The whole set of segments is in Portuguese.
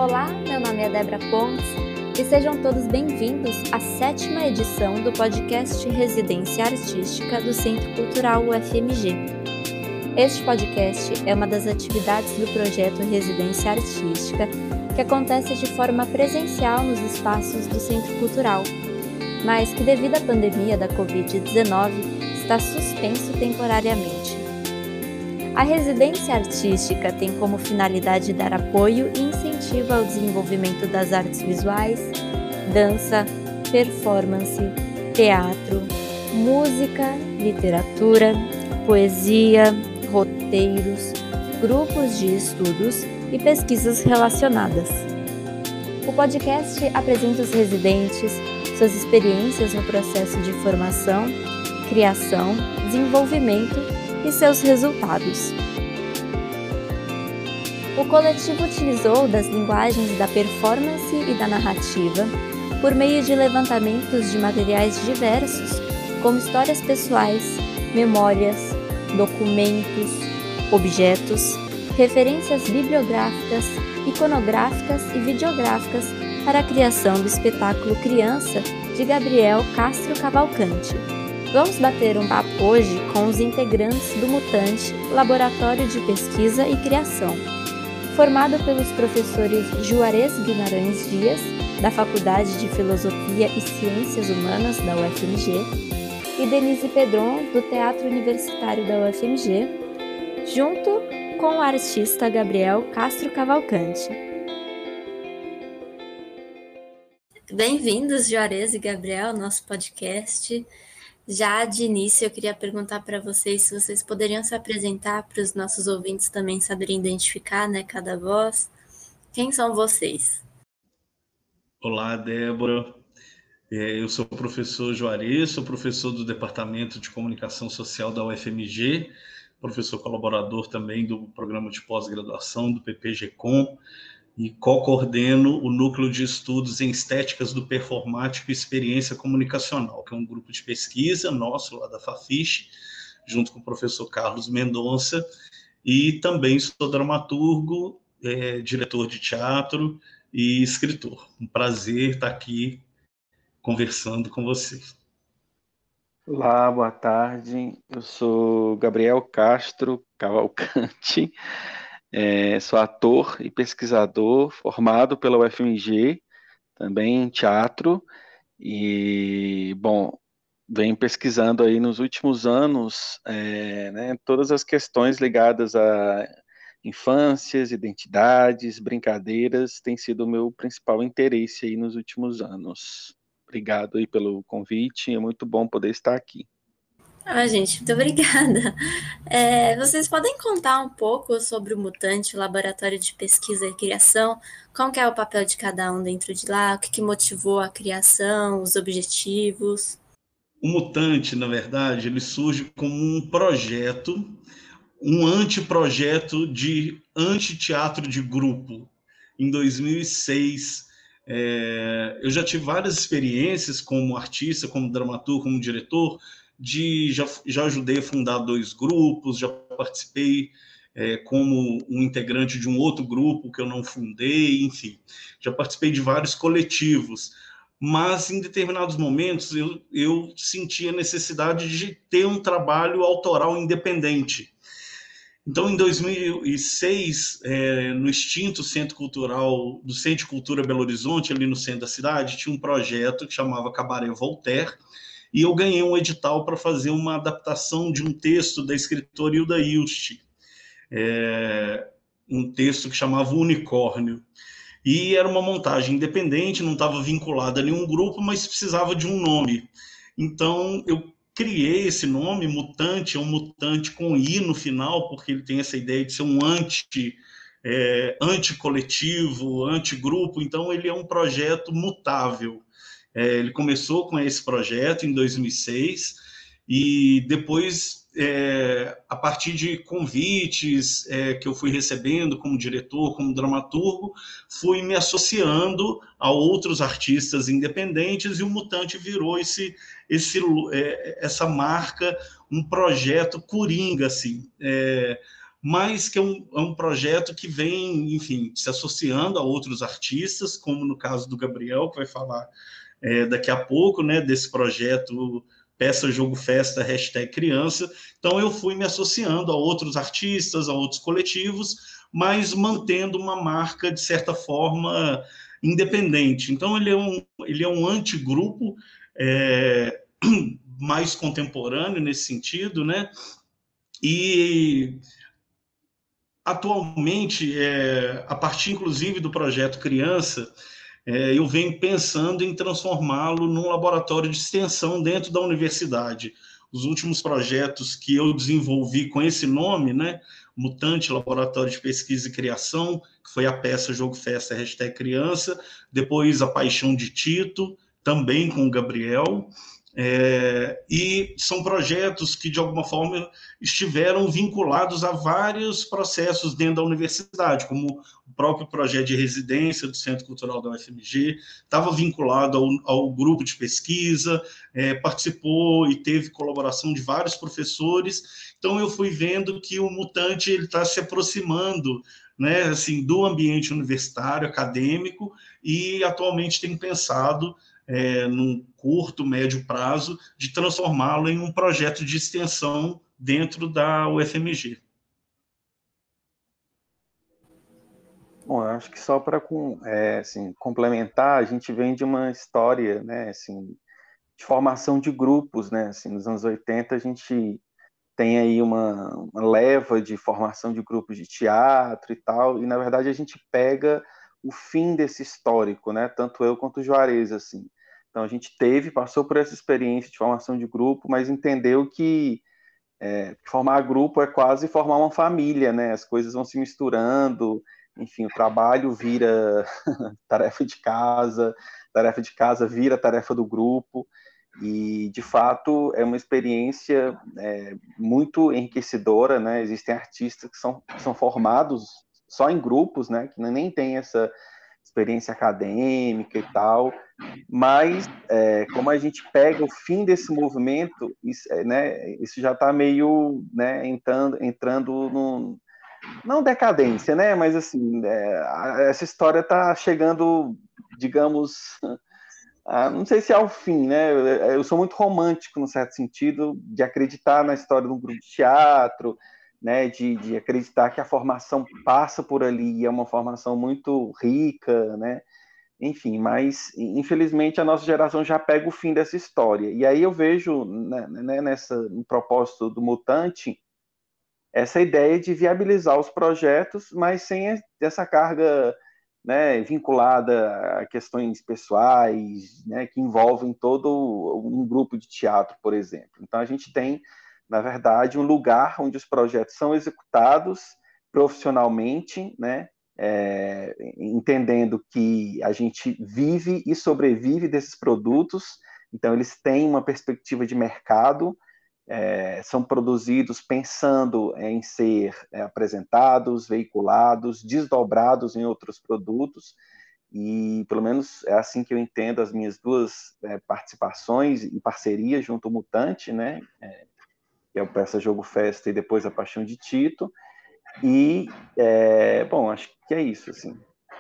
Olá, meu nome é Débora Pontes e sejam todos bem-vindos à 7ª edição do podcast Residência Artística do Centro Cultural UFMG. Este podcast é uma das atividades do projeto Residência Artística que acontece de forma presencial nos espaços do Centro Cultural, mas que devido à pandemia da Covid-19 está suspenso temporariamente. A residência artística tem como finalidade dar apoio e incentivo ao desenvolvimento das artes visuais, dança, performance, teatro, música, literatura, poesia, roteiros, grupos de estudos e pesquisas relacionadas. O podcast apresenta os residentes, suas experiências no processo de formação, criação, desenvolvimento e seus resultados. O coletivo utilizou das linguagens da performance e da narrativa por meio de levantamentos de materiais diversos, como histórias pessoais, memórias, documentos, objetos, referências bibliográficas, iconográficas e videográficas para a criação do espetáculo Criança de Gabriel Castro Cavalcante. Vamos bater um papo hoje com os integrantes do Mutante, Laboratório de Pesquisa e Criação, formado pelos professores Juarez Guimarães Dias, da Faculdade de Filosofia e Ciências Humanas da UFMG, e Denise Pedron, do Teatro Universitário da UFMG, junto com o artista Gabriel Castro Cavalcante. Bem-vindos, Juarez e Gabriel, ao nosso podcast. Já de início, eu queria perguntar para vocês se vocês poderiam se apresentar para os nossos ouvintes também saberem identificar, né, cada voz. Quem são vocês? Olá, Débora. Eu sou o professor Juarez, sou professor do Departamento de Comunicação Social da UFMG, professor colaborador também do Programa de Pós-Graduação do PPG-Com e co-coordeno o Núcleo de Estudos em Estéticas do Performático e Experiência Comunicacional, que é um grupo de pesquisa nosso lá da Fafiche, junto com o professor Carlos Mendonça, e também sou dramaturgo, diretor de teatro e escritor. Um prazer estar aqui conversando com vocês. Olá, boa tarde. Eu sou Gabriel Castro Cavalcante, sou ator e pesquisador formado pela UFMG, também em teatro, e, bom, venho pesquisando aí nos últimos anos, todas as questões ligadas a infâncias, identidades, brincadeiras, tem sido o meu principal interesse aí nos últimos anos. Obrigado aí pelo convite, é muito bom poder estar aqui. Gente, muito obrigada. Vocês podem contar um pouco sobre o Mutante, o Laboratório de Pesquisa e Criação? Qual que é o papel de cada um dentro de lá? O que motivou a criação, os objetivos? O Mutante, na verdade, ele surge como um projeto, um anteprojeto de antiteatro de grupo. Em 2006, eu já tive várias experiências como artista, como dramaturgo, como diretor, já ajudei a fundar 2 grupos, já participei como um integrante de um outro grupo que eu não fundei, enfim, já participei de vários coletivos, mas em determinados momentos eu senti a necessidade de ter um trabalho autoral independente. Então, em 2006, no extinto Centro Cultural do Centro de Cultura Belo Horizonte, ali no centro da cidade, tinha um projeto que chamava Cabaré Voltaire, e eu ganhei um edital para fazer uma adaptação de um texto da escritora Hilda Hilst, um texto que chamava Unicórnio. E era uma montagem independente, não estava vinculada a nenhum grupo, mas precisava de um nome. Então, eu criei esse nome, Mutante, é um mutante com I no final, porque ele tem essa ideia de ser um anticoletivo, antigrupo, então ele é um projeto mutável. Ele começou com esse projeto em 2006 e depois, a partir de convites que eu fui recebendo como diretor, como dramaturgo, fui me associando a outros artistas independentes e o Mutante virou essa marca, um projeto coringa, assim. mas que é um projeto que vem, enfim, se associando a outros artistas, como no caso do Gabriel, que vai falar daqui a pouco, né, desse projeto Peça, Jogo, Festa, #criança. Então, eu fui me associando a outros artistas, a outros coletivos, mas mantendo uma marca, de certa forma, independente. Então, ele é um antigrupo mais contemporâneo nesse sentido, né? E atualmente, a partir inclusive do projeto Criança, eu venho pensando em transformá-lo num laboratório de extensão dentro da universidade. Os últimos projetos que eu desenvolvi com esse nome, né, Mutante, Laboratório de Pesquisa e Criação, que foi a peça Jogo Festa #criança, depois A Paixão de Tito, também com o Gabriel, e são projetos que, de alguma forma, estiveram vinculados a vários processos dentro da universidade, como o próprio projeto de residência do Centro Cultural da UFMG, estava vinculado ao grupo de pesquisa, participou e teve colaboração de vários professores. Então, eu fui vendo que o Mutante está se aproximando, né, assim, do ambiente universitário, acadêmico, e atualmente tem pensado num curto, médio prazo, de transformá-lo em um projeto de extensão dentro da UFMG. Bom, eu acho que só para assim, complementar, a gente vem de uma história, né, assim, de formação de grupos, né, assim, nos anos 80 a gente tem aí uma leva de formação de grupos de teatro e tal, e na verdade a gente pega o fim desse histórico, né, tanto eu quanto o Juarez, assim. Então a gente passou por essa experiência de formação de grupo, mas entendeu que formar grupo é quase formar uma família, né, as coisas vão se misturando, enfim, o trabalho vira tarefa de casa vira tarefa do grupo, e de fato é uma experiência muito enriquecedora, né? Existem artistas que são formados só em grupos, né? Que nem tem essa experiência acadêmica e tal, mas como a gente pega o fim desse movimento, isso já está meio, né, entrando num, não decadência, né? Mas assim, essa história está chegando, digamos, não sei se é ao fim, né? Eu sou muito romântico, no certo sentido, de acreditar na história de um grupo de teatro, né? De acreditar que a formação passa por ali e é uma formação muito rica, né? Enfim, mas infelizmente a nossa geração já pega o fim dessa história. E aí eu vejo, né, no propósito do Mutante, essa ideia de viabilizar os projetos, mas sem essa carga, né, vinculada a questões pessoais, né, que envolvem todo um grupo de teatro, por exemplo. Então a gente tem, na verdade, um lugar onde os projetos são executados profissionalmente, né, entendendo que a gente vive e sobrevive desses produtos, então eles têm uma perspectiva de mercado, são produzidos pensando em ser apresentados, veiculados, desdobrados em outros produtos, e pelo menos é assim que eu entendo as minhas duas participações e parcerias junto ao Mutante, né, que é o Peça, Jogo, Festa e depois A Paixão de Tito, e, bom, acho que é isso, assim.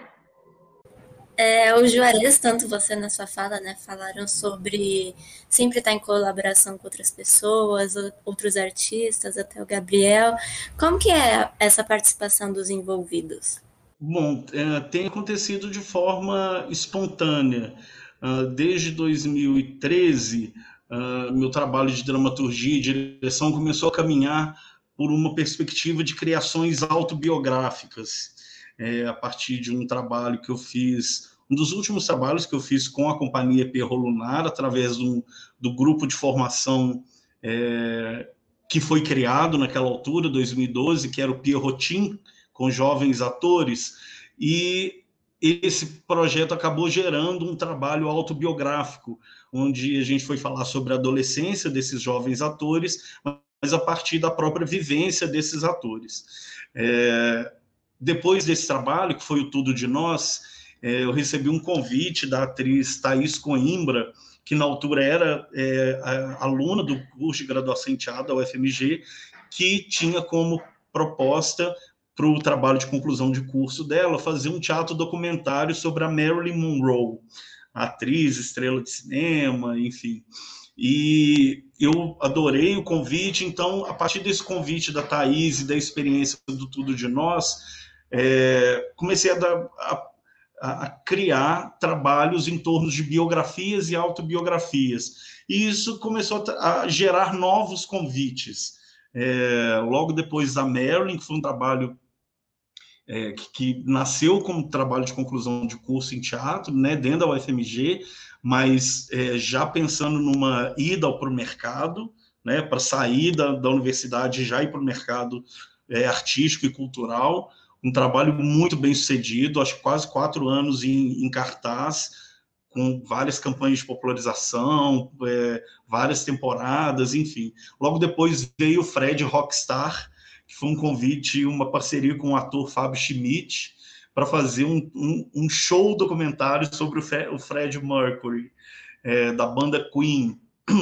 O Juarez, tanto você na sua fala, né, falaram sobre sempre estar em colaboração com outras pessoas, outros artistas, até o Gabriel. Como que é essa participação dos envolvidos? Bom, tem acontecido de forma espontânea. Desde 2013, meu trabalho de dramaturgia e direção começou a caminhar por uma perspectiva de criações autobiográficas, a partir de um trabalho que eu fiz, um dos últimos trabalhos que eu fiz com a companhia Perro Lunar, através do grupo de formação que foi criado naquela altura, 2012, que era o Pierrotin, com jovens atores, e esse projeto acabou gerando um trabalho autobiográfico, onde a gente foi falar sobre a adolescência desses jovens atores, mas a partir da própria vivência desses atores. Depois desse trabalho, que foi o Tudo de Nós, eu recebi um convite da atriz Thaís Coimbra, que na altura era aluna do curso de graduação em teatro da UFMG, que tinha como proposta para o trabalho de conclusão de curso dela, fazer um teatro documentário sobre a Marilyn Monroe, atriz, estrela de cinema, enfim. E eu adorei o convite, então, a partir desse convite da Thaís e da experiência do Tudo de Nós, comecei a criar trabalhos em torno de biografias e autobiografias. E isso começou a gerar novos convites. Logo depois da Marilyn, que foi um trabalho que nasceu como trabalho de conclusão de curso em teatro, né, dentro da UFMG, mas já pensando numa ida para o mercado, né, para sair da universidade e já ir para o mercado artístico e cultural, um trabalho muito bem sucedido, acho que quase 4 anos em cartaz, com várias campanhas de popularização, várias temporadas, enfim. Logo depois veio o Fred Rockstar, que foi um convite, uma parceria com o ator Fábio Schmidt, para fazer um show documentário sobre o Fred Mercury, da banda Queen.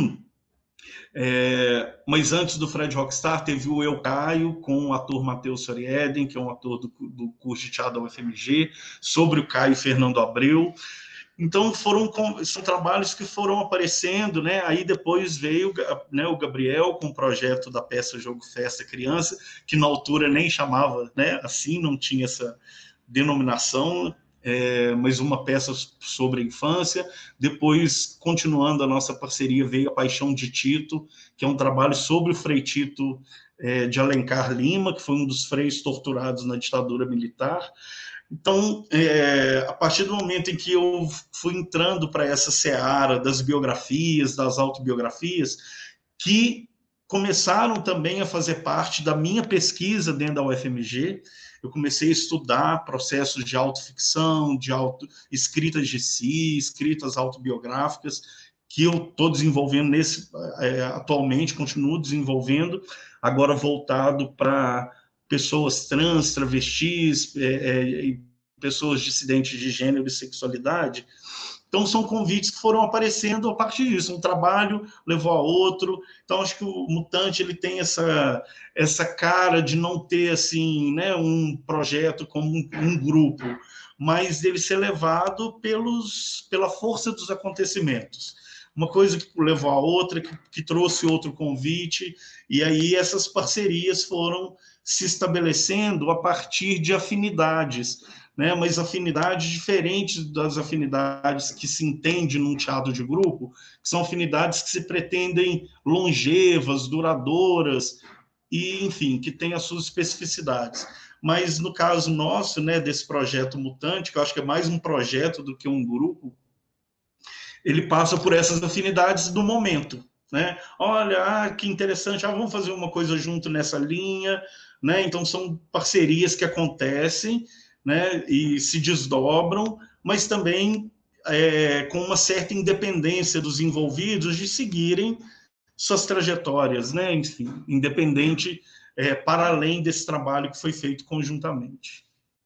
Mas antes do Fred Rockstar, teve o Eu Caio, com o ator Matheus Sorieden, que é um ator do curso de teatro da UFMG, sobre o Caio Fernando Abreu. Então, são trabalhos que foram aparecendo, né? Aí depois veio, né, o Gabriel com o projeto da peça Jogo Festa Criança, que na altura nem chamava, né, assim, não tinha essa denominação, mas uma peça sobre a infância. Depois, continuando a nossa parceria, veio a Paixão de Tito, que é um trabalho sobre o Frei Tito de Alencar Lima, que foi um dos freis torturados na ditadura militar. Então, a partir do momento em que eu fui entrando para essa seara das biografias, das autobiografias, que começaram também a fazer parte da minha pesquisa dentro da UFMG, eu comecei a estudar processos de autoficção, escritas de si, escritas autobiográficas, que eu estou desenvolvendo atualmente, continuo desenvolvendo, agora voltado para pessoas trans, travestis, pessoas dissidentes de gênero e sexualidade. Então, são convites que foram aparecendo a partir disso. Um trabalho levou a outro. Então, acho que o Mutante ele tem essa cara de não ter assim, né, um projeto como um grupo, mas dele ser levado pela força dos acontecimentos. Uma coisa que levou a outra, que trouxe outro convite, e aí essas parcerias foram se estabelecendo a partir de afinidades, né? Mas afinidades diferentes das afinidades que se entende num teatro de grupo, que são afinidades que se pretendem longevas, duradouras, e, enfim, que têm as suas especificidades. Mas no caso nosso, né, desse projeto Mutante, que eu acho que é mais um projeto do que um grupo, ele passa por essas afinidades do momento, né? Olha, que interessante, vamos fazer uma coisa junto nessa linha, né? Então são parcerias que acontecem, né? E se desdobram, mas também com uma certa independência dos envolvidos de seguirem suas trajetórias, né? Enfim, independente, para além desse trabalho que foi feito conjuntamente.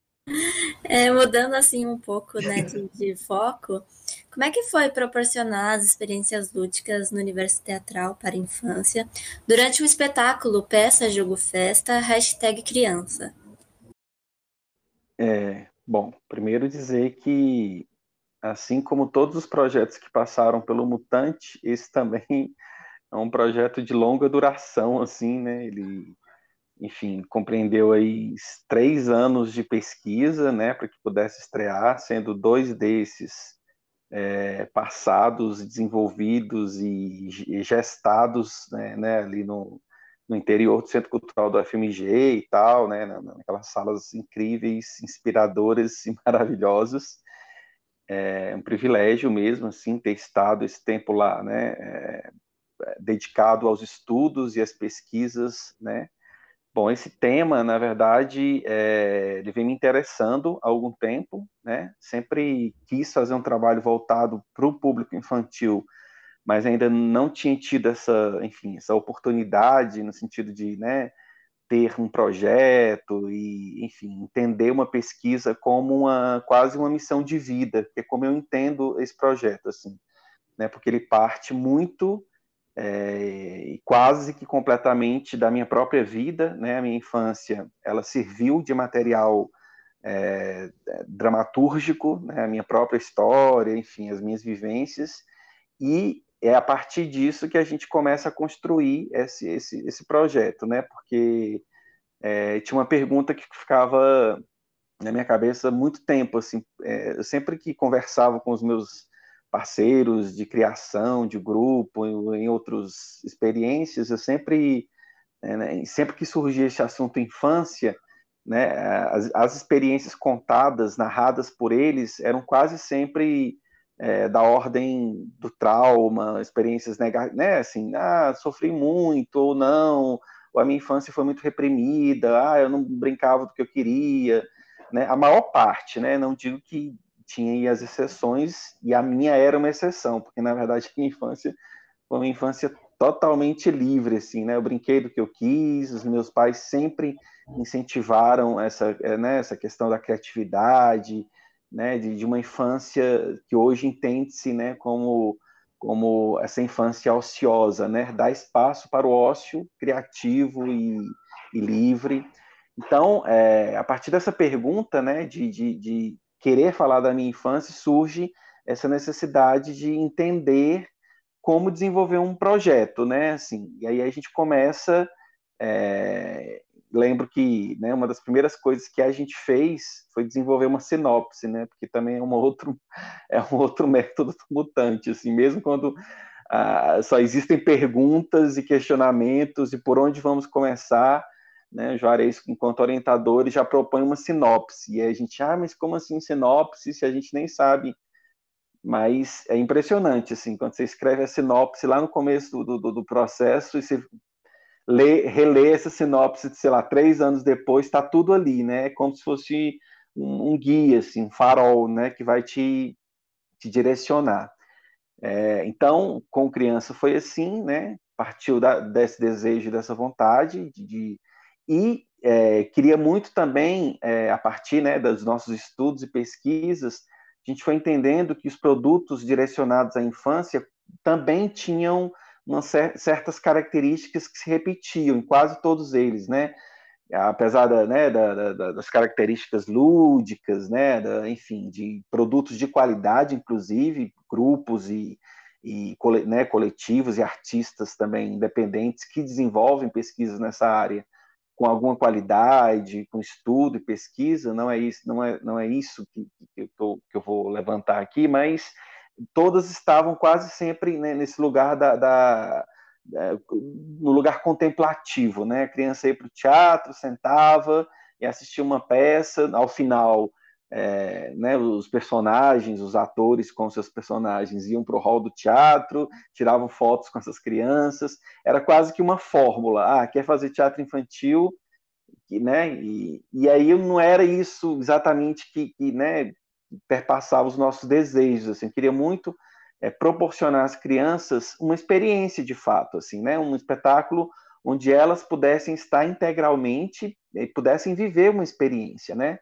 Mudando assim um pouco, né, de foco, como é que foi proporcionar as experiências lúdicas no universo teatral para a infância durante o espetáculo Peça Jogo Festa #criança? Bom, primeiro dizer que, assim como todos os projetos que passaram pelo Mutante, esse também é um projeto de longa duração, assim, né? Ele, enfim, compreendeu aí 3 anos de pesquisa, né, para que pudesse estrear, sendo 2 desses passados, desenvolvidos e gestados, né, ali no interior do Centro Cultural do FMG e tal, né, naquelas salas incríveis, inspiradoras e maravilhosas. É um privilégio mesmo, assim, ter estado esse tempo lá, né, dedicado aos estudos e às pesquisas, né. Bom, esse tema, na verdade, ele vem me interessando há algum tempo, né? Sempre quis fazer um trabalho voltado para o público infantil, mas ainda não tinha tido essa oportunidade no sentido de, né, ter um projeto e, enfim, entender uma pesquisa como quase uma missão de vida, que é como eu entendo esse projeto, assim, né? Porque ele parte muito e quase que completamente da minha própria vida, né? A minha infância, ela serviu de material dramatúrgico, né? A minha própria história, enfim, as minhas vivências, e é a partir disso que a gente começa a construir esse projeto, né? Porque tinha uma pergunta que ficava na minha cabeça há muito tempo, assim, eu sempre que conversava com os meus parceiros de criação, de grupo, em outras experiências, eu sempre, né, sempre que surgia esse assunto infância, né, as experiências contadas, narradas por eles, eram quase sempre da ordem do trauma, experiências negativas, né, assim, sofri muito, ou não, ou a minha infância foi muito reprimida, eu não brincava do que eu queria, né, a maior parte, né, não digo que tinha aí as exceções, e a minha era uma exceção, porque na verdade a minha infância foi uma infância totalmente livre, assim, né? Eu brinquei do que eu quis, os meus pais sempre incentivaram essa questão da criatividade, né? De uma infância que hoje entende-se, né? Como essa infância ociosa, né? Dar espaço para o ócio criativo e livre. Então, a partir dessa pergunta, né? De querer falar da minha infância, surge essa necessidade de entender como desenvolver um projeto, né? Assim, e aí a gente começa. Lembro que, né, uma das primeiras coisas que a gente fez foi desenvolver uma sinopse, né? Porque também é um outro método mutante, assim, mesmo quando só existem perguntas e questionamentos e por onde vamos começar, né? O Juarez, enquanto orientador, já propõe uma sinopse. E aí a gente, mas como assim sinopse se a gente nem sabe? Mas é impressionante, assim, quando você escreve a sinopse lá no começo do processo e você relê essa sinopse, sei lá, 3 anos depois, está tudo ali, né? É como se fosse um guia, assim, um farol, né? Que vai te direcionar. Então, com criança foi assim, né? Partiu desse desejo, dessa vontade e queria muito também, a partir, né, dos nossos estudos e pesquisas, a gente foi entendendo que os produtos direcionados à infância também tinham certas características que se repetiam em quase todos eles, né? Apesar das características lúdicas, né, enfim, de produtos de qualidade, inclusive, grupos né, coletivos e artistas também independentes que desenvolvem pesquisas nessa área com alguma qualidade, com estudo e pesquisa, não é isso que eu vou levantar aqui, mas todas estavam quase sempre, né, nesse lugar no lugar contemplativo, né? A criança ia para o teatro, sentava e assistia uma peça, ao final, né, os personagens, os atores com seus personagens iam para o hall do teatro, tiravam fotos com essas crianças, era quase que uma fórmula, quer fazer teatro infantil, né? E aí não era isso exatamente que né, perpassava os nossos desejos, assim, eu queria muito proporcionar às crianças uma experiência de fato, assim, né, um espetáculo onde elas pudessem estar integralmente e pudessem viver uma experiência, né,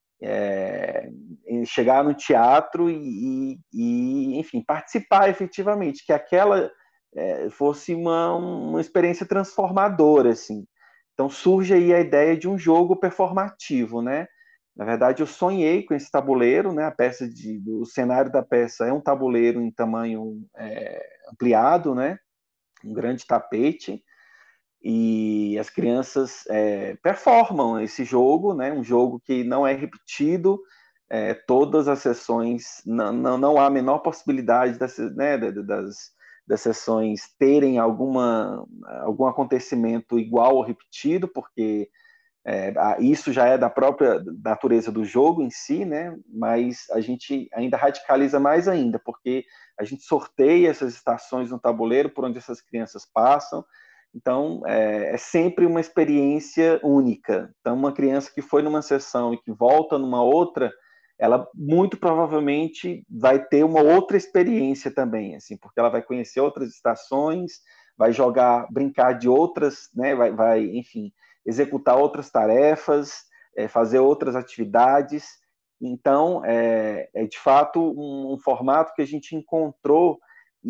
chegar no teatro enfim, participar efetivamente, que aquela fosse uma experiência transformadora, assim. Então surge aí a ideia de um jogo performativo, né? Na verdade, eu sonhei com esse tabuleiro, né? O cenário da peça é um tabuleiro em tamanho ampliado, né? Um grande tapete, e as crianças performam esse jogo, né? Um jogo que não é repetido, todas as sessões, não há a menor possibilidade das sessões terem algum acontecimento igual ou repetido, porque isso já é da própria natureza do jogo em si, né? Mas a gente ainda radicaliza mais ainda, porque a gente sorteia essas estações no tabuleiro por onde essas crianças passam. Então, é sempre uma experiência única. Então, uma criança que foi numa sessão e que volta numa outra, ela muito provavelmente vai ter uma outra experiência também, assim, porque ela vai conhecer outras estações, vai brincar de outras, né? Enfim, executar outras tarefas, fazer outras atividades. Então, de fato um formato que a gente encontrou e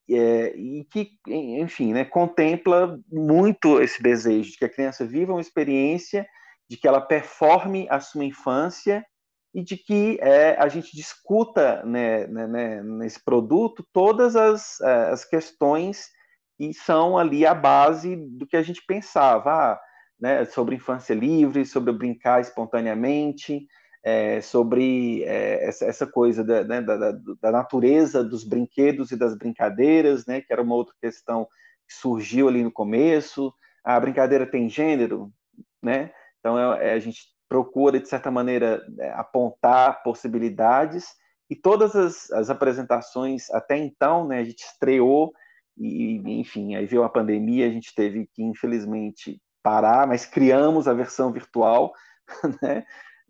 e que, enfim, né, contempla muito esse desejo de que a criança viva uma experiência, de que ela performe a sua infância e de que a gente discuta, né, nesse produto todas as questões que são ali a base do que a gente pensava, né, sobre infância livre, sobre brincar espontaneamente, sobre essa coisa da natureza dos brinquedos e das brincadeiras, né, que era uma outra questão que surgiu ali no começo. A brincadeira tem gênero, né? Então a gente procura, de certa maneira, apontar possibilidades, e todas as apresentações até então, né, a gente estreou, e enfim, aí veio a pandemia, a gente teve que, infelizmente, parar, mas criamos a versão virtual, né?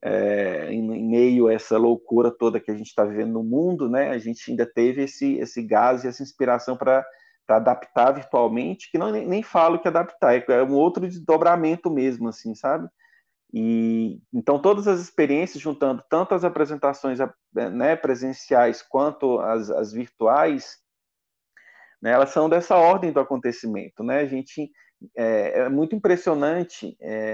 Em meio a essa loucura toda que a gente está vivendo no mundo, né? A gente ainda teve esse gás e essa inspiração para adaptar virtualmente, que não nem falo que adaptar, é um outro desdobramento mesmo, assim, sabe? E então todas as experiências, juntando tanto as apresentações, né, presenciais quanto as virtuais, né, elas são dessa ordem do acontecimento, né? A gente é muito impressionante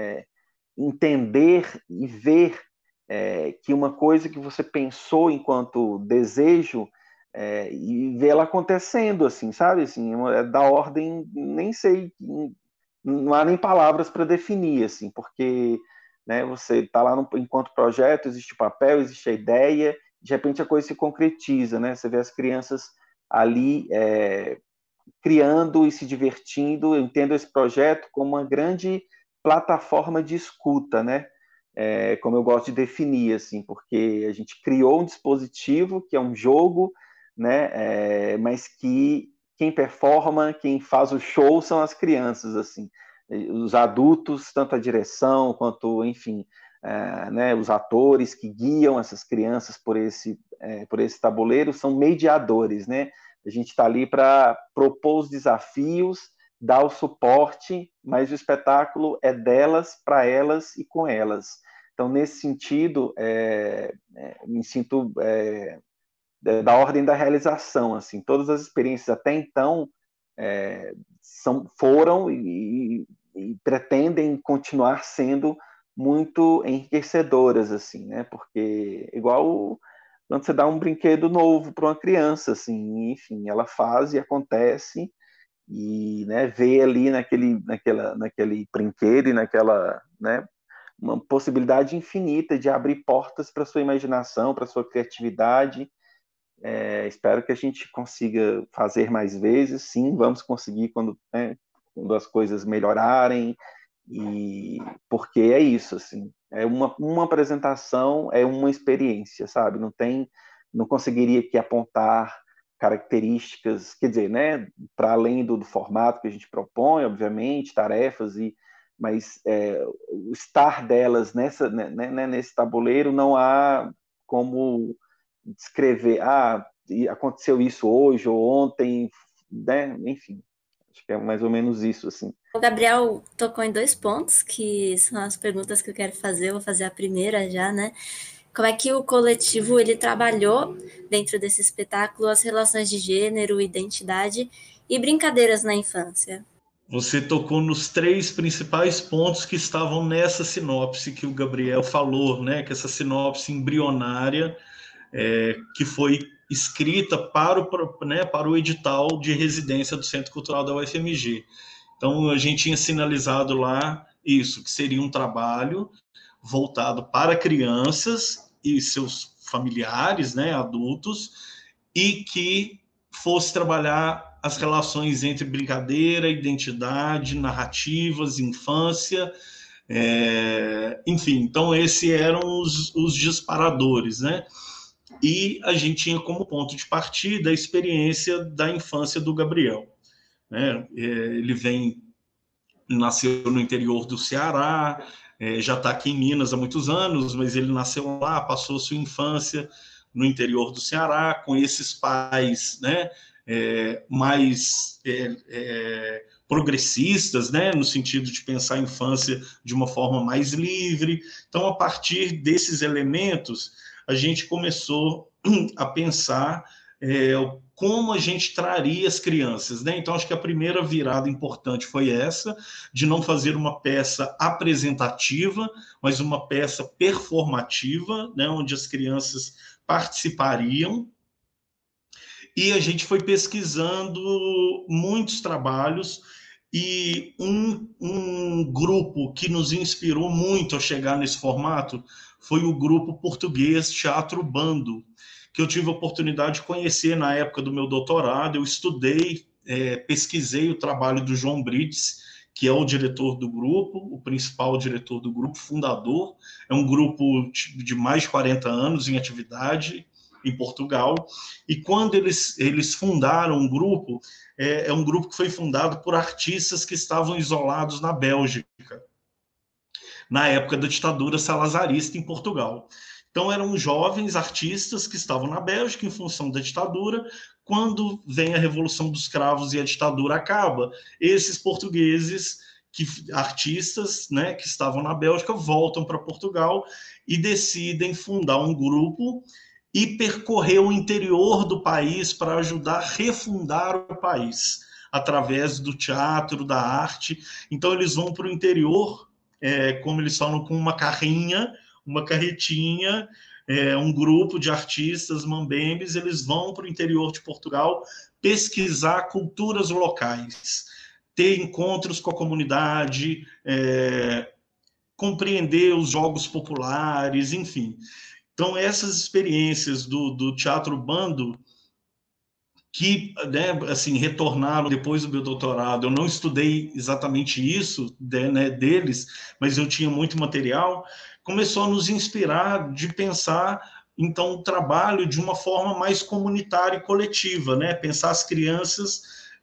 entender e ver que uma coisa que você pensou enquanto desejo e ver ela acontecendo, assim, sabe? Assim, é da ordem, nem sei, não há nem palavras para definir, assim, porque, né, você está lá enquanto projeto, existe o papel, existe a ideia, de repente a coisa se concretiza, né? Você vê as crianças ali criando e se divertindo. Eu entendo esse projeto como uma grande plataforma de escuta, né? Como eu gosto de definir, assim, porque a gente criou um dispositivo que é um jogo, né? Mas que quem performa, quem faz o show são as crianças, assim. Os adultos, tanto a direção quanto, enfim, né, os atores que guiam essas crianças por esse tabuleiro são mediadores, né? A gente está ali para propor os desafios, dar o suporte, mas o espetáculo é delas, para elas e com elas. Então, nesse sentido, me sinto da ordem da realização. Assim, todas as experiências até então foram e pretendem continuar sendo muito enriquecedoras, assim, né? Porque igual quando você dá um brinquedo novo para uma criança, assim, enfim, ela faz e acontece, e, né, vê ali naquele brinquedo e naquela, né, uma possibilidade infinita de abrir portas para sua imaginação, para sua criatividade. Espero que a gente consiga fazer mais vezes. Sim, vamos conseguir né, quando as coisas melhorarem, e porque é isso, assim, uma apresentação, é uma experiência, sabe? Não conseguiria aqui apontar características, quer dizer, né, para além do formato que a gente propõe, obviamente, tarefas, mas o estar delas nesse tabuleiro não há como descrever, aconteceu isso hoje ou ontem, né? Enfim, acho que é mais ou menos isso, assim. O Gabriel tocou em 2 pontos, que são as perguntas que eu quero fazer. Eu vou fazer a primeira já, né? Como é que o coletivo ele trabalhou dentro desse espetáculo as relações de gênero, identidade e brincadeiras na infância? Você tocou nos 3 principais pontos que estavam nessa sinopse que o Gabriel falou, né? Que essa sinopse embrionária que foi escrita para o edital de residência do Centro Cultural da UFMG. Então, a gente tinha sinalizado lá isso, que seria um trabalho voltado para crianças e seus familiares, né, adultos, e que fosse trabalhar as relações entre brincadeira, identidade, narrativas, infância, enfim. Então, esses eram os disparadores, né? E a gente tinha como ponto de partida a experiência da infância do Gabriel, né? Ele nasceu no interior do Ceará, já está aqui em Minas há muitos anos, mas ele nasceu lá, passou sua infância no interior do Ceará, com esses pais, né, mais progressistas, né, no sentido de pensar a infância de uma forma mais livre. Então, a partir desses elementos, a gente começou a pensar como a gente traria as crianças, né? Então, acho que a primeira virada importante foi essa, de não fazer uma peça apresentativa, mas uma peça performativa, né? Onde as crianças participariam. E a gente foi pesquisando muitos trabalhos, e um grupo que nos inspirou muito a chegar nesse formato foi o grupo português Teatro Bando, que eu tive a oportunidade de conhecer na época do meu doutorado. Eu estudei, pesquisei o trabalho do João Brites, que é o diretor do grupo, o principal diretor do grupo, fundador. É um grupo de mais de 40 anos em atividade em Portugal. E quando eles fundaram um grupo, é um grupo que foi fundado por artistas que estavam isolados na Bélgica, na época da ditadura salazarista em Portugal. Então, eram jovens artistas que estavam na Bélgica em função da ditadura. Quando vem a Revolução dos Cravos e a ditadura acaba, esses portugueses, artistas, né, que estavam na Bélgica, voltam para Portugal e decidem fundar um grupo e percorrer o interior do país para ajudar a refundar o país, através do teatro, da arte. Então, eles vão para o interior, como eles falam, com uma carrinha, uma carretinha, um grupo de artistas mambembes. Eles vão para o interior de Portugal pesquisar culturas locais, ter encontros com a comunidade, compreender os jogos populares, enfim. Então, essas experiências do Teatro Bando, que, né, assim, retornaram depois do meu doutorado. Eu não estudei exatamente isso, né, deles, mas eu tinha muito material. Começou a nos inspirar de pensar, então, o trabalho de uma forma mais comunitária e coletiva, né? Pensar as crianças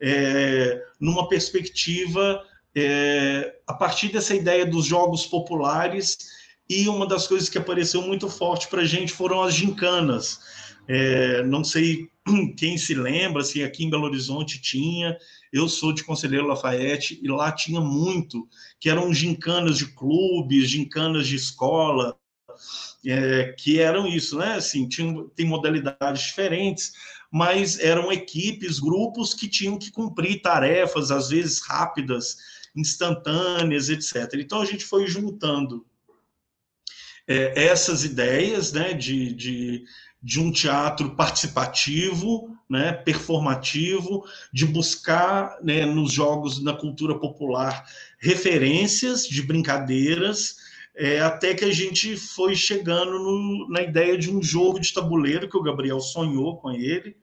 numa perspectiva a partir dessa ideia dos jogos populares. E uma das coisas que apareceu muito forte para a gente foram as gincanas. Não sei quem se lembra, se aqui em Belo Horizonte tinha. Eu sou de Conselheiro Lafayette e lá tinha muito, que eram gincanas de clubes, gincanas de escola, que eram isso, né? Assim, tem modalidades diferentes, mas eram equipes, grupos que tinham que cumprir tarefas, às vezes rápidas, instantâneas, etc. Então, a gente foi juntando essas ideias, né, de um teatro participativo, né, performativo, de buscar, né, nos jogos, na cultura popular, referências de brincadeiras, até que a gente foi chegando na ideia de um jogo de tabuleiro que o Gabriel sonhou com ele.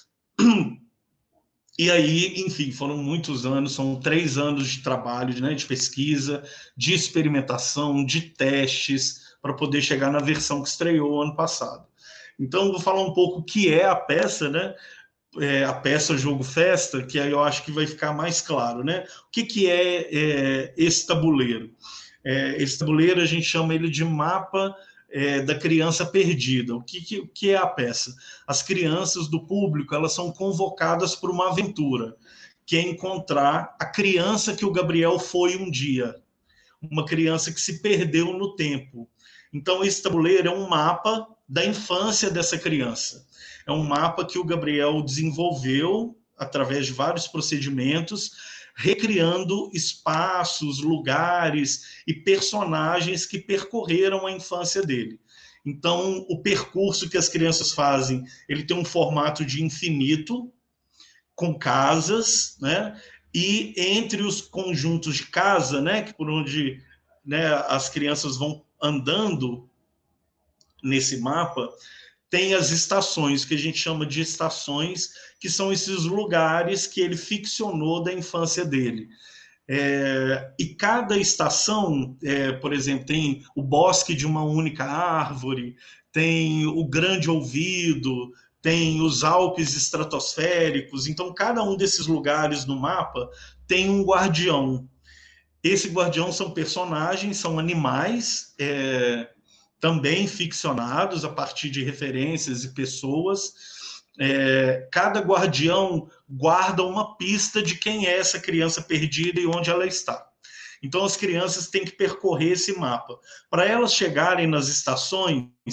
E aí, enfim, foram muitos anos, são 3 anos de trabalho, né, de pesquisa, de experimentação, de testes, para poder chegar na versão que estreou ano passado. Então, vou falar um pouco o que é a peça, né? A peça Jogo Festa, que aí eu acho que vai ficar mais claro, né? O que é esse tabuleiro? Esse tabuleiro a gente chama ele de mapa da criança perdida. O que é a peça? As crianças do público, elas são convocadas para uma aventura, que é encontrar a criança que o Gabriel foi um dia, uma criança que se perdeu no tempo. Então, esse tabuleiro é um mapa da infância dessa criança. É um mapa que o Gabriel desenvolveu através de vários procedimentos, recriando espaços, lugares e personagens que percorreram a infância dele. Então, o percurso que as crianças fazem, ele tem um formato de infinito, com casas, né? E entre os conjuntos de casa, né, que por onde, né, as crianças vão andando nesse mapa, tem as estações, que a gente chama de estações, que são esses lugares que ele ficcionou da infância dele. E cada estação, por exemplo, tem o bosque de uma única árvore, tem o grande ouvido, tem os Alpes estratosféricos. Então, cada um desses lugares no mapa tem um guardião. Esse guardião são personagens, são animais, também ficcionados a partir de referências e pessoas. Cada guardião guarda uma pista de quem é essa criança perdida e onde ela está. Então, as crianças têm que percorrer esse mapa. Para elas chegarem nas estações,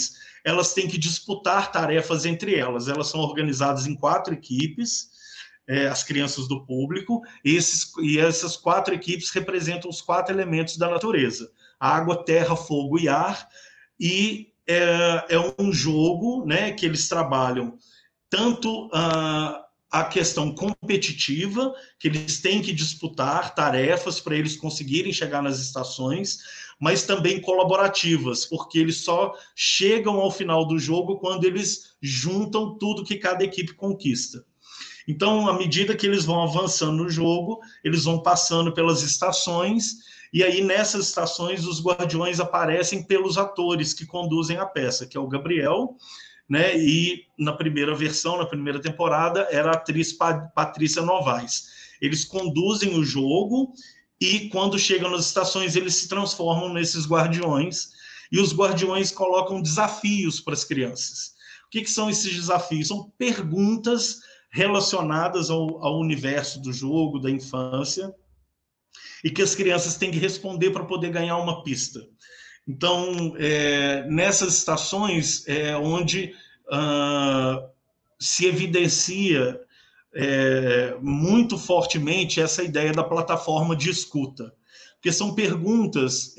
elas têm que disputar tarefas entre elas. Elas são organizadas em 4 equipes, as crianças do público, e essas 4 equipes representam os 4 elementos da natureza: água, terra, fogo e ar, e é um jogo, né, que eles trabalham tanto a questão competitiva, que eles têm que disputar tarefas para eles conseguirem chegar nas estações, mas também colaborativas, porque eles só chegam ao final do jogo quando eles juntam tudo que cada equipe conquista. Então, à medida que eles vão avançando no jogo, eles vão passando pelas estações, e aí nessas estações os guardiões aparecem pelos atores que conduzem a peça, que é o Gabriel, né? E na primeira versão, na primeira temporada, era a atriz Patrícia Novaes. Eles conduzem o jogo e quando chegam nas estações eles se transformam nesses guardiões, e os guardiões colocam desafios para as crianças. O que são esses desafios? São perguntas relacionadas ao universo do jogo, da infância, e que as crianças têm que responder para poder ganhar uma pista. Então, nessas estações é onde se evidencia muito fortemente essa ideia da plataforma de escuta, porque são perguntas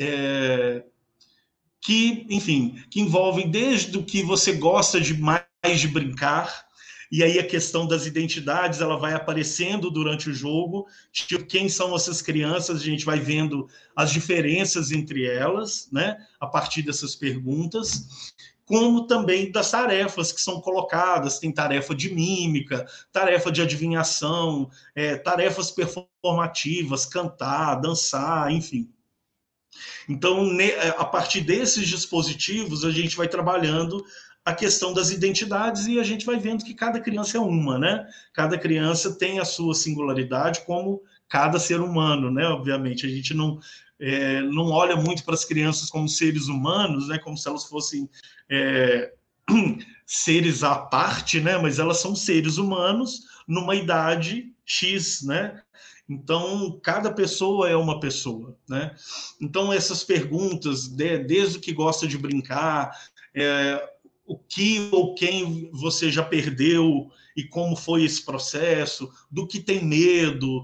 que, enfim, que envolvem desde o que você gosta de mais de brincar, e aí a questão das identidades ela vai aparecendo durante o jogo, tipo, quem são essas crianças, a gente vai vendo as diferenças entre elas, né, a partir dessas perguntas, como também das tarefas que são colocadas, tem tarefa de mímica, tarefa de adivinhação, tarefas performativas, cantar, dançar, enfim. Então, a partir desses dispositivos, a gente vai trabalhando a questão das identidades e a gente vai vendo que cada criança é uma, né? Cada criança tem a sua singularidade, como cada ser humano, né? Obviamente, a gente não olha muito para as crianças como seres humanos, né? Como se elas fossem seres à parte, né? Mas elas são seres humanos numa idade X, né? Então, cada pessoa é uma pessoa, né? Então, essas perguntas, desde o que gosta de brincar, o que ou quem você já perdeu e como foi esse processo, do que tem medo,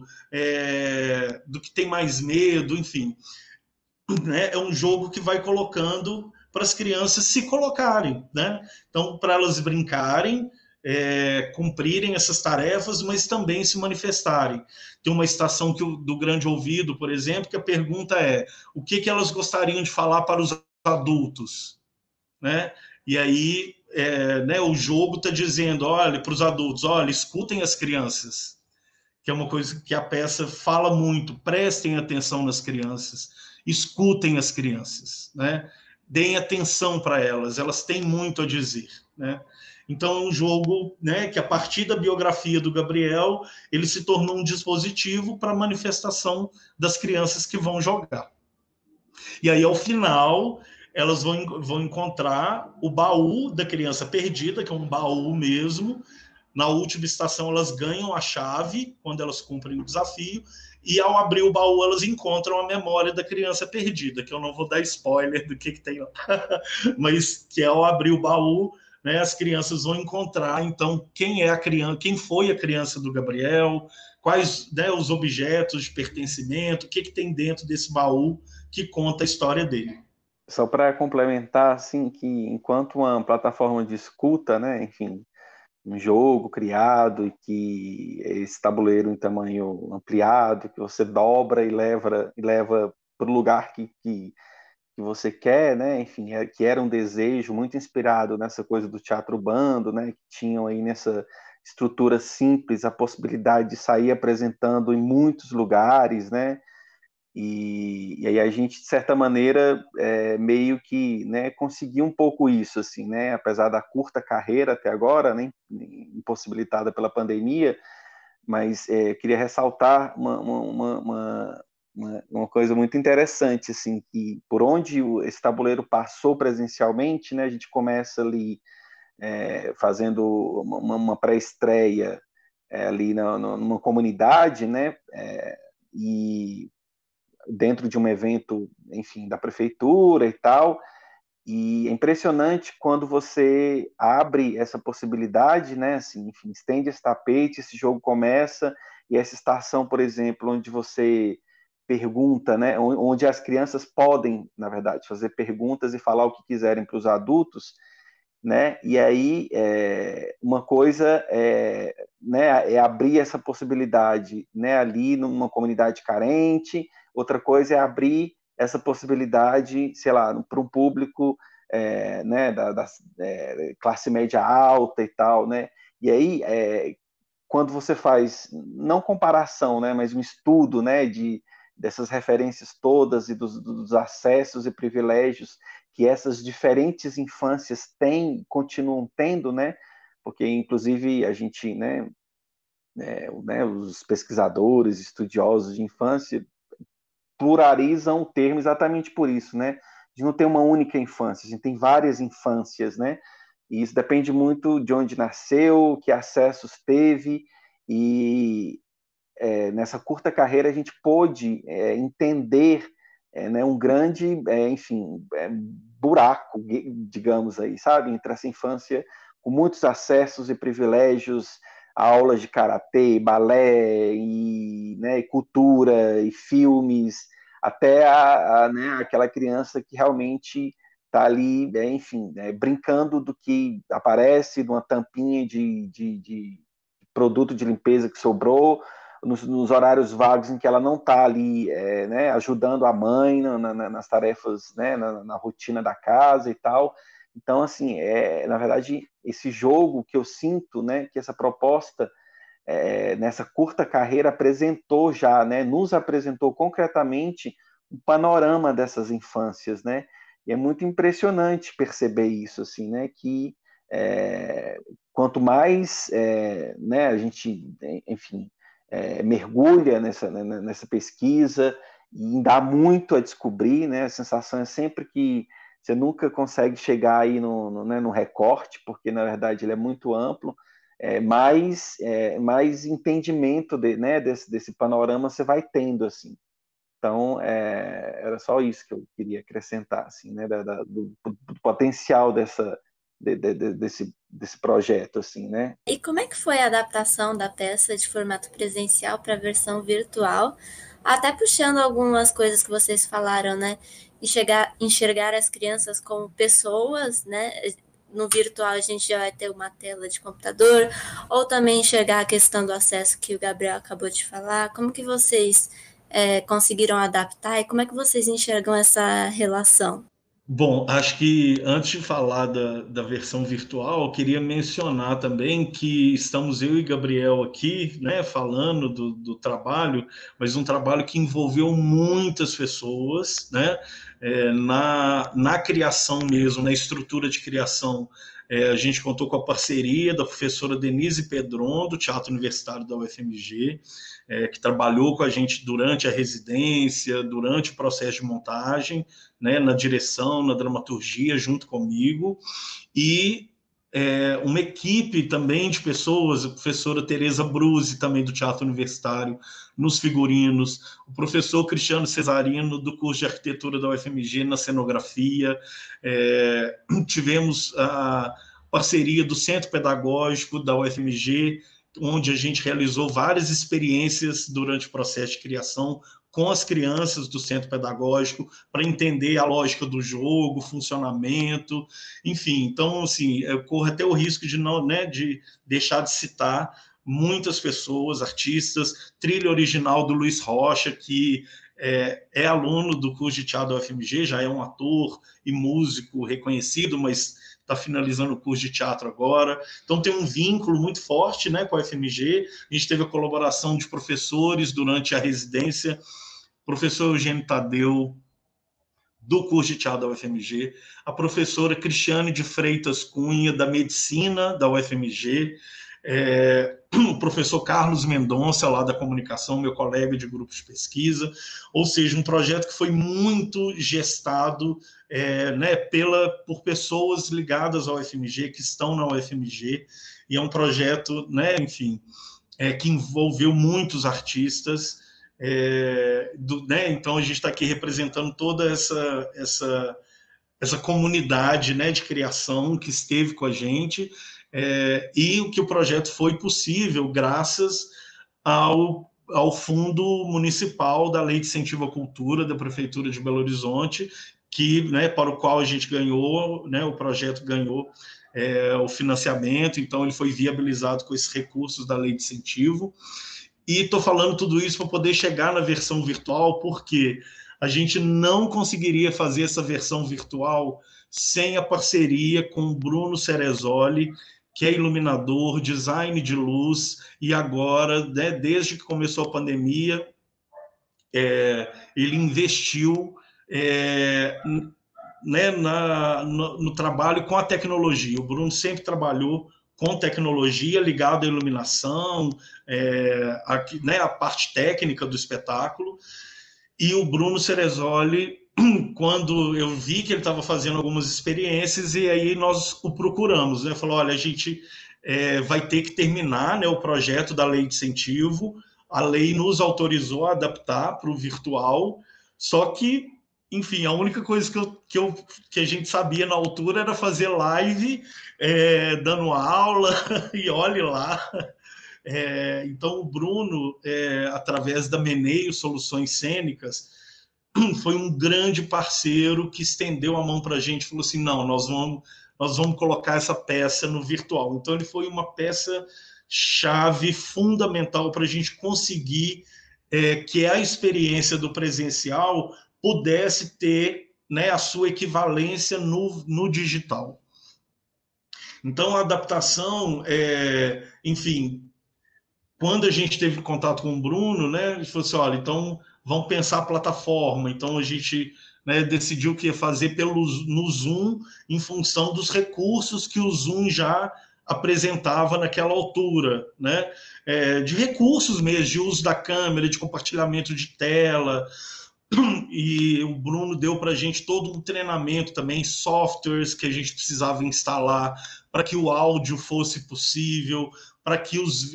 do que tem mais medo, enfim. Né? É um jogo que vai colocando para as crianças se colocarem, né? Então, para elas brincarem, cumprirem essas tarefas, mas também se manifestarem. Tem uma estação do Grande Ouvido, por exemplo, que a pergunta é: o que elas gostariam de falar para os adultos? Né? E aí, né, o jogo está dizendo, olha, para os adultos, olha, escutem as crianças, que é uma coisa que a peça fala muito, prestem atenção nas crianças, escutem as crianças, né? Deem atenção para elas têm muito a dizer, né? Então, é um jogo, né, que a partir da biografia do Gabriel, ele se tornou um dispositivo para a manifestação das crianças que vão jogar. E aí, ao final, elas vão encontrar o baú da criança perdida, que é um baú mesmo. Na última estação, elas ganham a chave, quando elas cumprem o desafio, e ao abrir o baú, elas encontram a memória da criança perdida, que eu não vou dar spoiler do que tem lá, mas que ao abrir o baú, né, as crianças vão encontrar, então, quem é a criança, quem foi a criança do Gabriel, quais, né, os objetos de pertencimento, o que tem dentro desse baú que conta a história dele. Só para complementar, assim, que enquanto uma plataforma de escuta, né, enfim, um jogo criado e que esse tabuleiro em tamanho ampliado, que você dobra e leva para o lugar que você quer, né, enfim, que era um desejo muito inspirado nessa coisa do teatro bando, né, que tinham aí nessa estrutura simples a possibilidade de sair apresentando em muitos lugares, né, e aí a gente, de certa maneira, meio que, né, conseguiu um pouco isso, assim, né, apesar da curta carreira até agora, né, impossibilitada pela pandemia, mas queria ressaltar uma coisa muito interessante, assim, que por onde esse tabuleiro passou presencialmente, né, a gente começa ali fazendo uma pré-estreia ali numa comunidade, né, e dentro de um evento, enfim, da prefeitura e tal, E é impressionante quando você abre essa possibilidade, né? Assim, enfim, estende esse tapete, esse jogo começa, e essa estação, por exemplo, onde você pergunta, né? Onde as crianças podem, na verdade, fazer perguntas e falar o que quiserem para os adultos, né? E aí, uma coisa né, é abrir essa possibilidade, né, ali numa comunidade carente, outra coisa é abrir essa possibilidade, sei lá, para um público né, da classe média alta e tal, né? E aí, quando você faz, não comparação, né, mas um estudo, né, dessas referências todas e dos acessos e privilégios que essas diferentes infâncias têm, continuam tendo, né, porque inclusive a gente, os pesquisadores, estudiosos de infância pluralizam o termo exatamente por isso, né, de não ter uma única infância, a gente tem várias infâncias, né, e isso depende muito de onde nasceu, que acessos teve, e nessa curta carreira a gente pôde entender né, um grande, enfim, buraco, digamos aí, sabe, entre essa infância com muitos acessos e privilégios, aulas de karatê, balé, né, e cultura, e filmes, até né, aquela criança que realmente está ali, enfim, brincando do que aparece, de uma tampinha de produto de limpeza que sobrou, nos horários vagos em que ela não está ali né, ajudando a mãe nas tarefas, né, na rotina da casa e tal. Então, assim, na verdade, esse jogo que eu sinto, né, que essa proposta nessa curta carreira apresentou já, né, nos apresentou concretamente um panorama dessas infâncias, né? E é muito impressionante perceber isso, assim, né? Que quanto mais né, a gente, enfim, mergulha nessa pesquisa e dá muito a descobrir, né? A sensação é sempre que você nunca consegue chegar aí no recorte, porque na verdade ele é muito amplo, mais entendimento né, desse panorama você vai tendo, assim. Então, era só isso que eu queria acrescentar, assim, né, do potencial desse projeto, assim, né? E como é que foi a adaptação da peça de formato presencial para a versão virtual? Até puxando algumas coisas que vocês falaram, né? Enxergar as crianças como pessoas, né? No virtual a gente já vai ter uma tela de computador, ou também enxergar a questão do acesso que o Gabriel acabou de falar. Como que vocês conseguiram adaptar e como é que vocês enxergam essa relação? Bom, acho que antes de falar da versão virtual, eu queria mencionar também que estamos eu e Gabriel aqui, né, falando do trabalho, mas um trabalho que envolveu muitas pessoas, né, na criação mesmo, na estrutura de criação. A gente contou com a parceria da professora Denise Pedron, do Teatro Universitário da UFMG, que trabalhou com a gente durante a residência, durante o processo de montagem, né, na direção, na dramaturgia, junto comigo, e uma equipe também de pessoas, a professora Tereza Bruzzi, também do Teatro Universitário, nos figurinos, o professor Cristiano Cesarino, do curso de arquitetura da UFMG, na cenografia, tivemos a parceria do Centro Pedagógico da UFMG, onde a gente realizou várias experiências durante o processo de criação com as crianças do centro pedagógico, para entender a lógica do jogo, funcionamento, enfim. Então, assim, eu corro até o risco de não, né, de deixar de citar muitas pessoas, artistas, trilha original do Luiz Rocha, que é aluno do curso de teatro da UFMG, já é um ator e músico reconhecido, mas está finalizando o curso de teatro agora. Então tem um vínculo muito forte, né, com a UFMG. A gente teve a colaboração de professores durante a residência, professor Eugênio Tadeu, do curso de teatro da UFMG, a professora Cristiane de Freitas Cunha, da medicina da UFMG, o professor Carlos Mendonça, lá da comunicação, meu colega de grupo de pesquisa, ou seja, um projeto que foi muito gestado né, por pessoas ligadas ao UFMG, que estão na UFMG, e é um projeto, né, enfim, que envolveu muitos artistas, né, então a gente está aqui representando toda essa essa comunidade, né, de criação que esteve com a gente, e o que o projeto foi possível graças ao Fundo Municipal da Lei de Incentivo à Cultura da Prefeitura de Belo Horizonte, que, né, para o qual a gente ganhou, né, o projeto ganhou o financiamento, então ele foi viabilizado com esses recursos da Lei de Incentivo. E estou falando tudo isso para poder chegar na versão virtual, porque a gente não conseguiria fazer essa versão virtual sem a parceria com o Bruno Ceresoli, que é iluminador, design de luz, e agora, né, desde que começou a pandemia, ele investiu né, no trabalho com a tecnologia. O Bruno sempre trabalhou com tecnologia ligada à iluminação, né, a parte técnica do espetáculo. E o Bruno Ceresoli, quando eu vi que ele estava fazendo algumas experiências, e aí nós o procuramos, né? Falou, olha, a gente vai ter que terminar, né, o projeto da lei de incentivo, a lei nos autorizou a adaptar para o virtual, só que, enfim, a única coisa que a gente sabia na altura era fazer live, dando aula, e olhe lá. Então, o Bruno, através da Meneio Soluções Cênicas, foi um grande parceiro que estendeu a mão para a gente e falou assim, não, nós vamos colocar essa peça no virtual. Então, ele foi uma peça-chave fundamental para a gente conseguir que a experiência do presencial pudesse ter, né, a sua equivalência no digital. Então, a adaptação, enfim, quando a gente teve contato com o Bruno, né, a gente falou assim, olha, então vamos pensar a plataforma. Então a gente, né, decidiu que ia fazer no Zoom, em função dos recursos que o Zoom já apresentava naquela altura, né, de recursos mesmo, de uso da câmera, de compartilhamento de tela. E o Bruno deu para a gente todo um treinamento também, softwares que a gente precisava instalar para que o áudio fosse possível, para que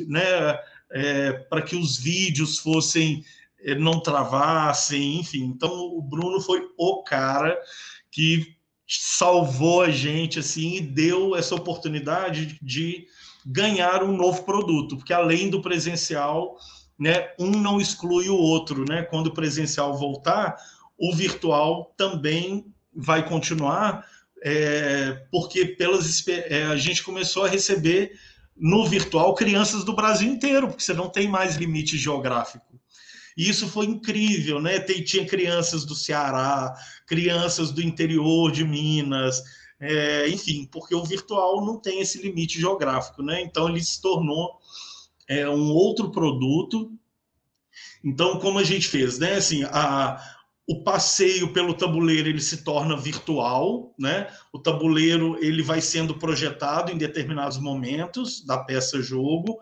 os vídeos fossem, não travassem, enfim. Então, o Bruno foi o cara que salvou a gente, assim, e deu essa oportunidade de ganhar um novo produto, porque além do presencial, né, um não exclui o outro, né? Quando o presencial voltar, o virtual também vai continuar, porque a gente começou a receber no virtual crianças do Brasil inteiro, porque você não tem mais limite geográfico. E isso foi incrível, né? Tinha crianças do Ceará, crianças do interior de Minas, enfim, porque o virtual não tem esse limite geográfico, né? Então ele se tornou um outro produto. Então, como a gente fez, né? Assim, o passeio pelo tabuleiro ele se torna virtual, né? O tabuleiro ele vai sendo projetado em determinados momentos da peça jogo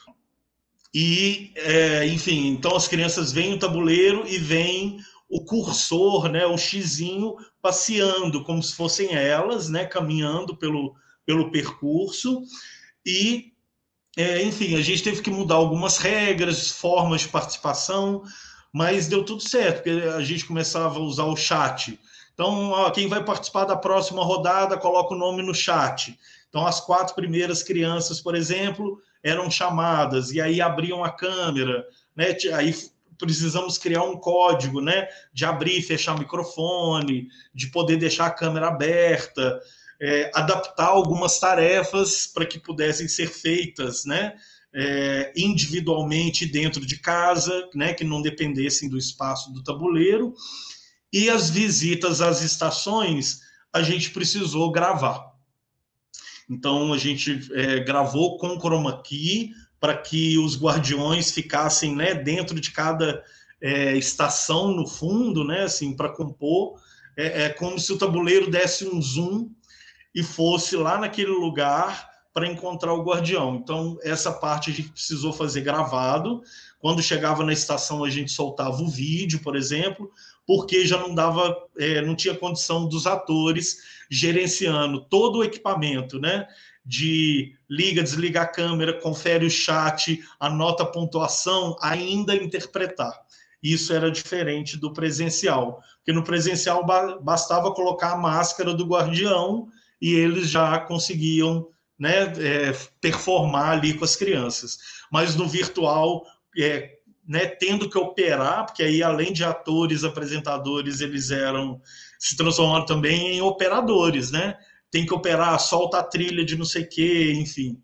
e, enfim, então as crianças veem o tabuleiro e veem o cursor, né? O xizinho passeando como se fossem elas, né? Caminhando pelo percurso e enfim, a gente teve que mudar algumas regras, formas de participação, mas deu tudo certo, porque a gente começava a usar o chat. Então, quem vai participar da próxima rodada, coloca o nome no chat. Então, as 4 primeiras crianças, por exemplo, eram chamadas, e aí abriam a câmera, né? Aí precisamos criar um código, né? De abrir e fechar o microfone, de poder deixar a câmera aberta, adaptar algumas tarefas para que pudessem ser feitas, né, individualmente dentro de casa, né, que não dependessem do espaço do tabuleiro. E as visitas às estações, a gente precisou gravar. Então, a gente gravou com chroma key para que os guardiões ficassem, né, dentro de cada estação no fundo, né, assim, para compor. Como se o tabuleiro desse um zoom e fosse lá naquele lugar para encontrar o guardião. Então, essa parte a gente precisou fazer gravado. Quando chegava na estação, a gente soltava o vídeo, por exemplo, porque já não tinha condição dos atores gerenciando todo o equipamento, né? De liga, desliga a câmera, confere o chat, anota a pontuação, ainda interpretar. isso era diferente do presencial, porque no presencial bastava colocar a máscara do guardião e eles já conseguiam, né, performar ali com as crianças. Mas no virtual, né, tendo que operar, porque aí além de atores, apresentadores, eles se transformaram também em operadores, né? Tem que operar, solta a trilha de não sei o quê, enfim.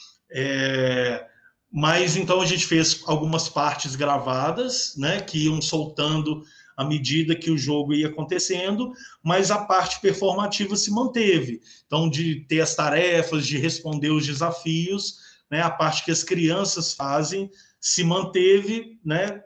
Mas então a gente fez algumas partes gravadas, né, que iam soltando à medida que o jogo ia acontecendo, mas a parte performativa se manteve. Então, de ter as tarefas, de responder os desafios, né, a parte que as crianças fazem se manteve, né,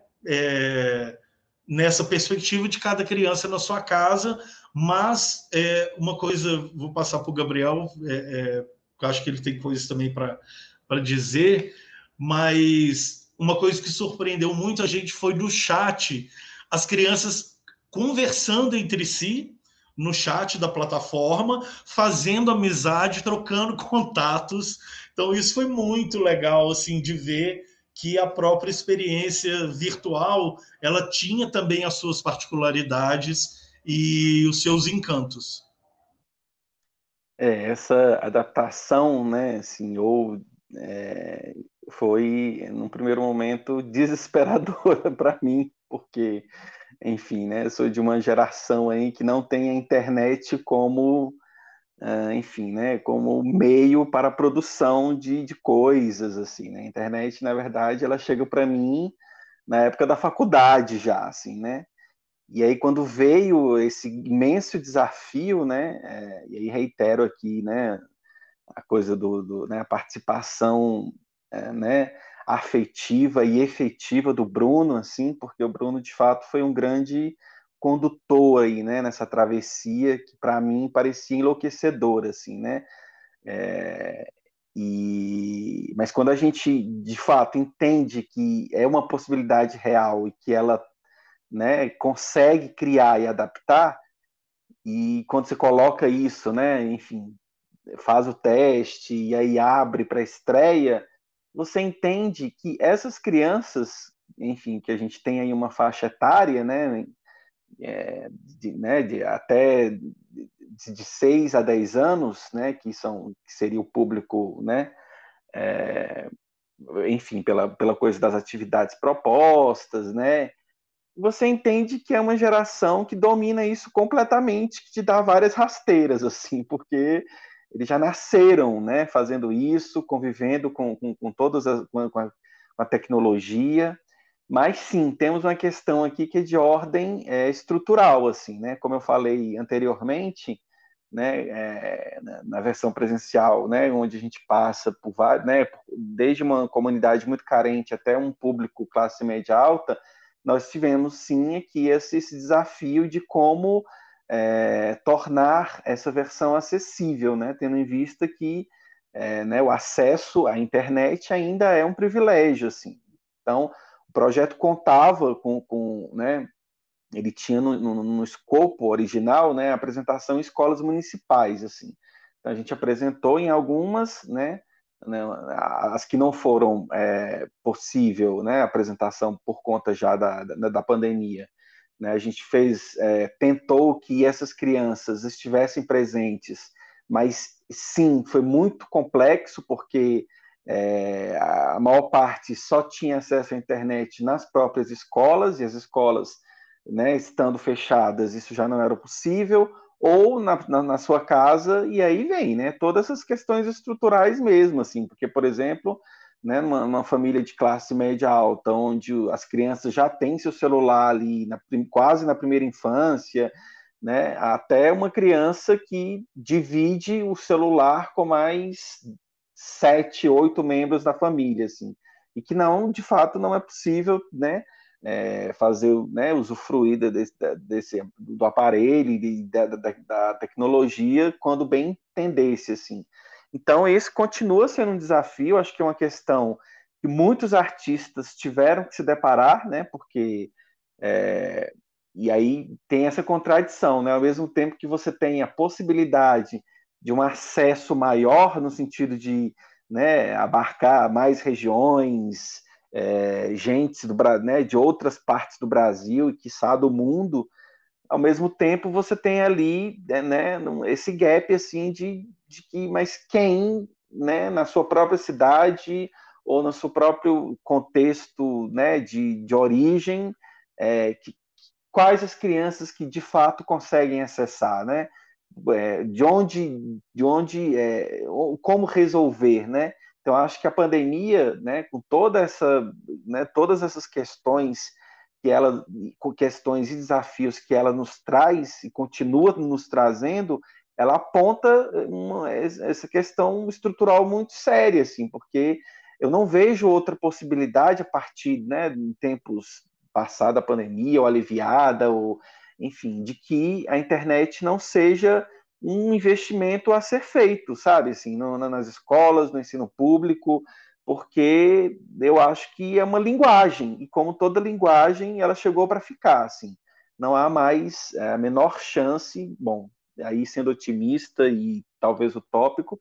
nessa perspectiva de cada criança na sua casa, mas uma coisa, vou passar para o Gabriel, eu acho que ele tem coisas também para dizer, mas uma coisa que surpreendeu muito a gente foi no chat, as crianças conversando entre si, no chat da plataforma, fazendo amizade, trocando contatos. Então, isso foi muito legal, assim, de ver que a própria experiência virtual, ela tinha também as suas particularidades e os seus encantos. Essa adaptação, né, assim, foi, num primeiro momento, desesperadora para mim, porque, enfim, né, eu sou de uma geração aí que não tem a internet como, enfim, né, como meio para a produção de coisas, assim, né? A internet, na verdade, ela chega para mim na época da faculdade já, assim, né? E aí, quando veio esse imenso desafio, né, e aí reitero aqui, né, a coisa né, a participação, né, afetiva e efetiva do Bruno, assim, porque o Bruno, de fato, foi um grande condutor aí, né, nessa travessia que, para mim, parecia enlouquecedora, assim, né, mas quando a gente, de fato, entende que é uma possibilidade real e que ela, né, consegue criar e adaptar, e quando você coloca isso, né, enfim, faz o teste e aí abre para a estreia, você entende que essas crianças, enfim, que a gente tem aí uma faixa etária, né, de até de 6 a 10 anos, né, que seria o público, né, enfim, pela coisa das atividades propostas, né, você entende que é uma geração que domina isso completamente, que te dá várias rasteiras, assim, porque eles já nasceram, né, fazendo isso, convivendo com todas com a tecnologia, mas sim, temos uma questão aqui que é de ordem estrutural, assim, né, como eu falei anteriormente, né, na versão presencial, né, onde a gente passa por vários, né, desde uma comunidade muito carente até um público classe média alta, nós tivemos sim aqui esse desafio de como tornar essa versão acessível, né, tendo em vista que né, o acesso à internet ainda é um privilégio, assim. Então, o projeto contava né, ele tinha no escopo original, né, a apresentação em escolas municipais, assim. Então, a gente apresentou em algumas, né, as que não foram possível, né, apresentação por conta já da pandemia, né, a gente tentou que essas crianças estivessem presentes, mas sim, foi muito complexo, porque a maior parte só tinha acesso à internet nas próprias escolas, e as escolas, né, estando fechadas, isso já não era possível, ou na sua casa, e aí vem, né, todas essas questões estruturais mesmo, assim, porque, por exemplo, né, numa família de classe média alta, onde as crianças já têm seu celular ali quase na primeira infância, né, até uma criança que divide o celular com mais 7, 8 membros da família, assim, e que não, de fato, não é possível, né, fazer, né, usufruir do aparelho e da tecnologia quando bem entendesse, assim. Então, esse continua sendo um desafio, acho que é uma questão que muitos artistas tiveram que se deparar, né, porque e aí tem essa contradição, né, ao mesmo tempo que você tem a possibilidade de um acesso maior no sentido de, né, abarcar mais regiões, gente né, de outras partes do Brasil e, quiçá, do mundo. Ao mesmo tempo, você tem ali, né, esse gap assim de que, mas quem, né, na sua própria cidade ou no seu próprio contexto, né, de origem, quais as crianças que de fato conseguem acessar, né? Como resolver, né? Então, acho que a pandemia, né, com né, todas essas questões questões e desafios que ela nos traz e continua nos trazendo, ela aponta essa questão estrutural muito séria, assim, porque eu não vejo outra possibilidade a partir, né, em tempos passada a pandemia, ou aliviada, ou enfim, de que a internet não seja um investimento a ser feito, sabe, assim, nas escolas, no ensino público, porque eu acho que é uma linguagem, e como toda linguagem, ela chegou para ficar, assim, não há mais a menor chance, bom, aí sendo otimista e talvez utópico,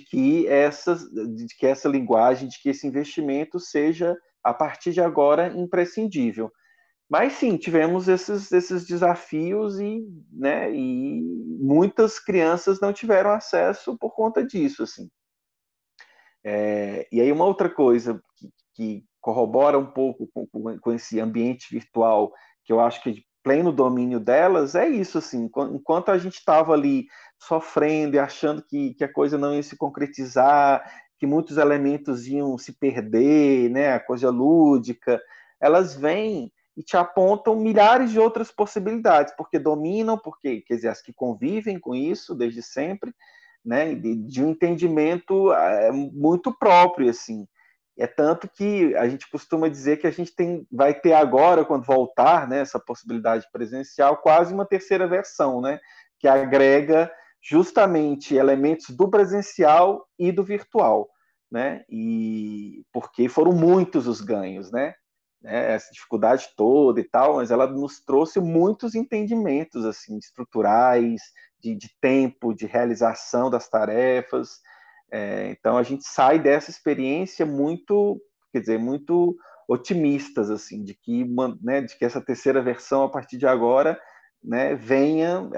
de que essa linguagem, de que esse investimento seja, a partir de agora, imprescindível. Mas sim, tivemos esses desafios né, e muitas crianças não tiveram acesso por conta disso, assim. E aí uma outra coisa que corrobora um pouco com esse ambiente virtual, que eu acho que é de pleno domínio delas, é isso, assim, enquanto a gente estava ali sofrendo e achando que a coisa não ia se concretizar, que muitos elementos iam se perder, né, a coisa lúdica, elas vêm e te apontam milhares de outras possibilidades, porque dominam, porque, quer dizer, as que convivem com isso desde sempre, né, de um entendimento muito próprio, assim. É tanto que a gente costuma dizer que a gente vai ter agora, quando voltar, né, essa possibilidade presencial, quase uma terceira versão, né, que agrega justamente elementos do presencial e do virtual, né, e porque foram muitos os ganhos, né, essa dificuldade toda e tal, mas ela nos trouxe muitos entendimentos assim estruturais, de tempo, de realização das tarefas. Então a gente sai dessa experiência muito, quer dizer, muito otimistas assim, né, de que essa terceira versão a partir de agora, né, venha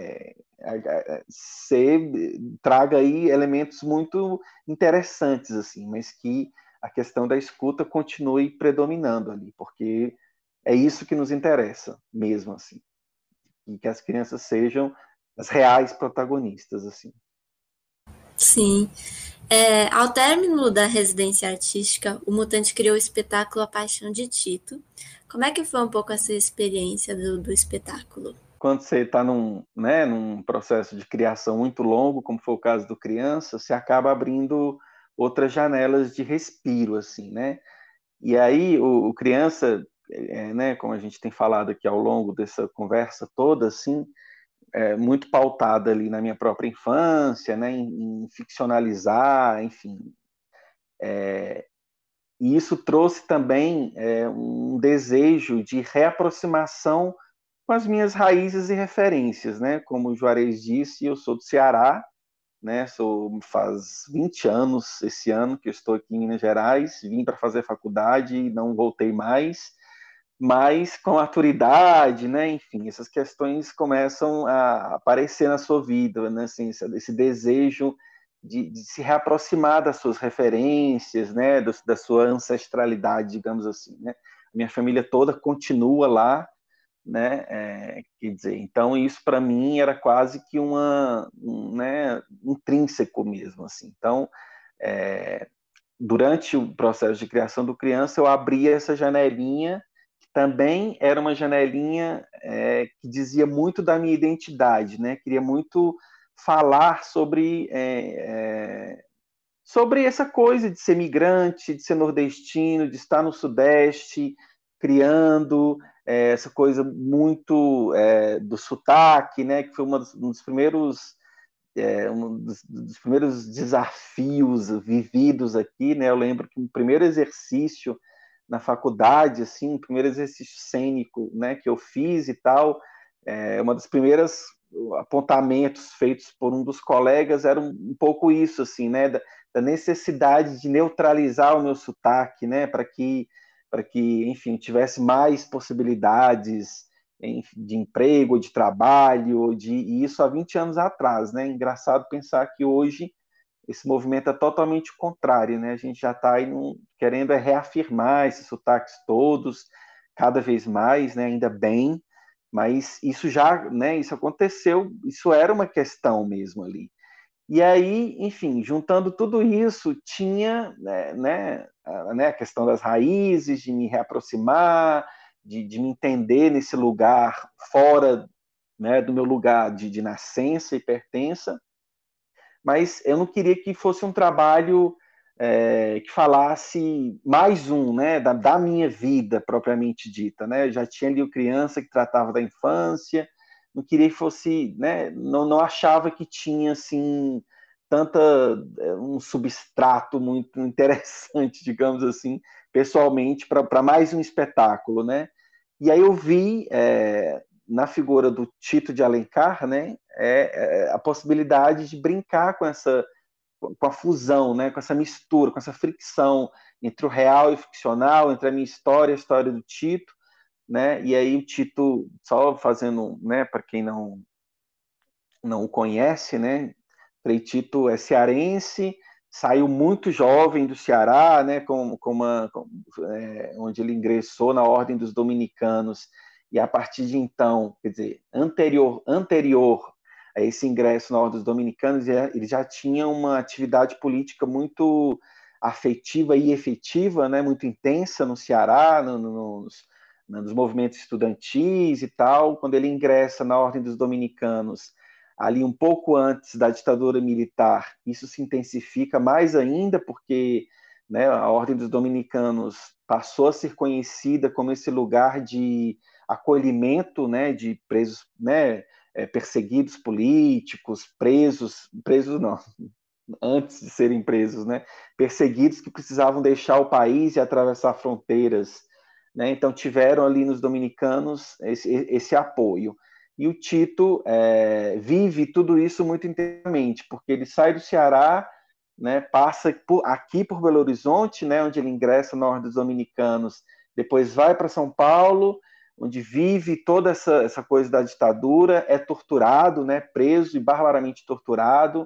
traga aí elementos muito interessantes assim, mas que a questão da escuta continue predominando ali, porque é isso que nos interessa mesmo assim, e que as crianças sejam as reais protagonistas assim. Sim. Ao término da residência artística, o Mutante criou o espetáculo A Paixão de Tito. Como é que foi um pouco essa experiência do espetáculo? Quando você está né, num processo de criação muito longo, como foi o caso do Criança, você acaba abrindo outras janelas de respiro, assim, né? E aí o Criança, né, como a gente tem falado aqui ao longo dessa conversa toda, assim, muito pautada ali na minha própria infância, né, em ficcionalizar, enfim. E isso trouxe também um desejo de reaproximação com as minhas raízes e referências, né? Como o Juarez disse, eu sou do Ceará, né? Faz 20 anos esse ano que eu estou aqui em Minas Gerais, vim para fazer faculdade e não voltei mais, mas com a maturidade, né? Enfim, essas questões começam a aparecer na sua vida, né? Assim, esse desejo de se reaproximar das suas referências, né? Da sua ancestralidade, digamos assim, né? A minha família toda continua lá, né? Quer dizer, então isso para mim era quase que né, intrínseco mesmo, assim. Então, durante o processo de criação do Criança, eu abria essa janelinha, que também era uma janelinha que dizia muito da minha identidade, né? Queria muito falar sobre essa coisa de ser migrante, de ser nordestino, de estar no Sudeste, criando essa coisa muito do sotaque, né? Que foi um dos primeiros desafios vividos aqui, né? Eu lembro que o primeiro exercício na faculdade, assim, o primeiro exercício cênico, né, que eu fiz e tal, uma das primeiras apontamentos feitos por um dos colegas era um pouco isso, assim, né, da necessidade de neutralizar o meu sotaque, né, para que, enfim, tivesse mais possibilidades de emprego, de trabalho, e isso há 20 anos atrás, né? Engraçado pensar que hoje esse movimento é totalmente contrário, né? A gente já está aí querendo reafirmar esses sotaques todos, cada vez mais, né? Ainda bem, mas isso já, né? Isso aconteceu, isso era uma questão mesmo ali. E aí, enfim, juntando tudo isso, tinha, a questão das raízes, de me reaproximar, de me entender nesse lugar fora, né, do meu lugar de nascença e pertença, mas eu não queria que fosse um trabalho que falasse mais né, da minha vida propriamente dita, né? Eu já tinha ali o Criança que tratava da infância, não queria que fosse, né? Não achava que tinha assim tanta um substrato muito interessante, digamos assim, pessoalmente para mais um espetáculo, né? E aí eu vi na figura do Tito de Alencar, né, a possibilidade de brincar com a fusão, né, com essa mistura, com essa fricção entre o real e o ficcional, entre a minha história e a história do Tito, né? E aí o Tito, só fazendo, né, para quem não o conhece, né, Frei Tito é cearense, saiu muito jovem do Ceará, né, onde ele ingressou na Ordem dos Dominicanos, e a partir de então, quer dizer, anterior a esse ingresso na Ordem dos Dominicanos, ele já tinha uma atividade política muito afetiva e efetiva, né, muito intensa no Ceará, nos movimentos estudantis e tal. Quando ele ingressa na Ordem dos Dominicanos, ali um pouco antes da ditadura militar, isso se intensifica mais ainda, porque, né, a Ordem dos Dominicanos passou a ser conhecida como esse lugar de acolhimento, né, de presos, né, perseguidos políticos, presos não, antes de serem presos, né, perseguidos que precisavam deixar o país e atravessar fronteiras, né, então tiveram ali nos dominicanos esse apoio. E o Tito vive tudo isso muito intensamente, porque ele sai do Ceará, né, passa aqui por Belo Horizonte, né, onde ele ingressa na Ordem dos Dominicanos, depois vai para São Paulo, onde vive toda essa coisa da ditadura, é torturado, né, preso e barbaramente torturado,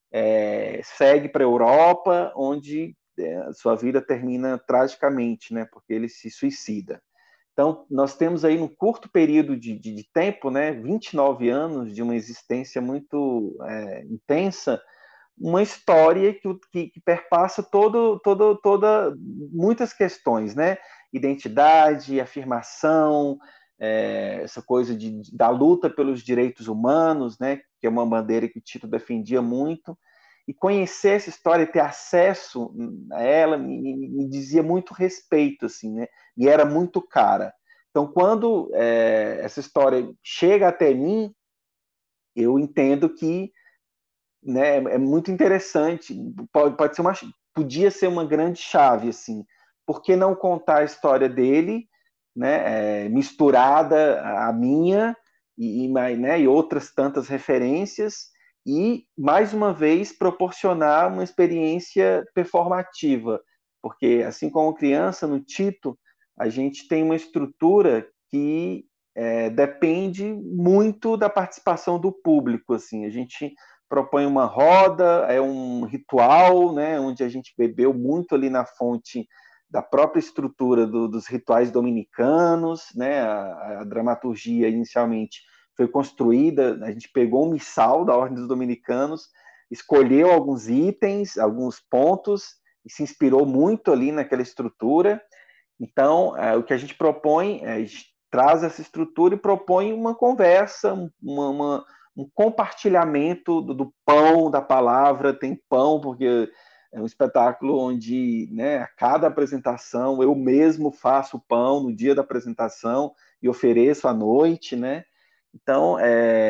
segue para a Europa, onde sua vida termina tragicamente, né, porque ele se suicida. Então, nós temos aí, num curto período de tempo, né, 29 anos de uma existência muito intensa, uma história que perpassa toda muitas questões, né? Identidade, afirmação, essa coisa da luta pelos direitos humanos, né? Que é uma bandeira que o Tito defendia muito. E conhecer essa história e ter acesso a ela me dizia muito respeito, assim, né? Me era muito cara. Então, quando essa história chega até mim, eu entendo que, né, é muito interessante. Pode ser podia ser uma grande chave, assim. Por que não contar a história dele, né, misturada à minha né, e outras tantas referências, e mais uma vez proporcionar uma experiência performativa, porque assim como criança no Tito, a gente tem uma estrutura que depende muito da participação do público, assim. A gente propõe uma roda, é um ritual, né, onde a gente bebeu muito ali na fonte da própria estrutura dos rituais dominicanos, né, a dramaturgia inicialmente foi construída, a gente pegou um missal da Ordem dos Dominicanos, escolheu alguns itens, alguns pontos, e se inspirou muito ali naquela estrutura. Então, o que a gente propõe, a gente traz essa estrutura e propõe uma conversa, um compartilhamento do pão, da palavra. Tem pão, porque é um espetáculo onde, né, a cada apresentação eu mesmo faço o pão no dia da apresentação e ofereço à noite, né? Então,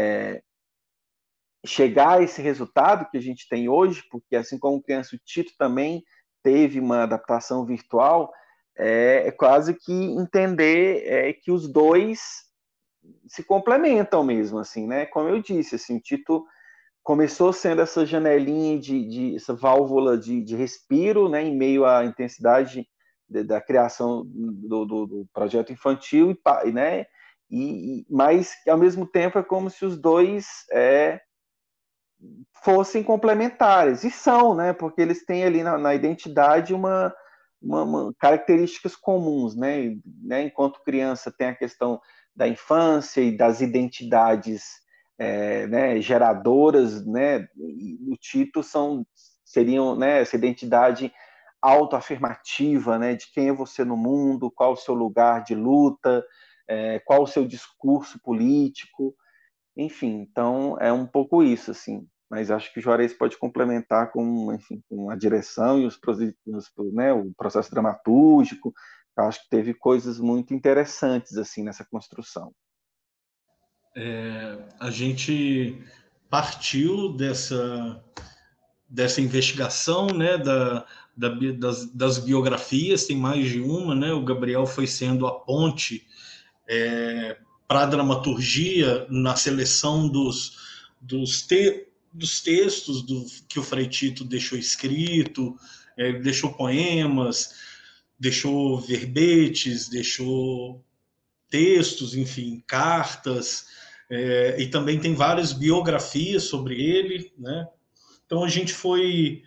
chegar a esse resultado que a gente tem hoje, porque assim como Criança, o Tito também teve uma adaptação virtual, quase que entender que os dois se complementam mesmo, assim, né? Como eu disse, assim, o Tito começou sendo essa janelinha essa válvula de respiro, né, em meio à intensidade da criação do projeto infantil, né, mas ao mesmo tempo é como se os dois fossem complementares, e são, né, porque eles têm ali na identidade uma características comuns, né, enquanto criança tem a questão da infância e das identidades né, geradoras, né, o Tito seriam, né, essa identidade autoafirmativa, né, de quem é você no mundo, qual o seu lugar de luta, qual o seu discurso político, enfim, então é um pouco isso, assim. Mas acho que o Juarez pode complementar enfim, com a direção e né, o processo dramatúrgico. Eu acho que teve coisas muito interessantes assim nessa construção. A gente partiu dessa investigação, né, das biografias, tem mais de uma, né? O Gabriel foi sendo a ponte para a dramaturgia na seleção dos textos que o Frei Tito deixou escrito, deixou poemas, deixou verbetes, deixou textos, enfim, cartas, e também tem várias biografias sobre ele, né? Então a gente foi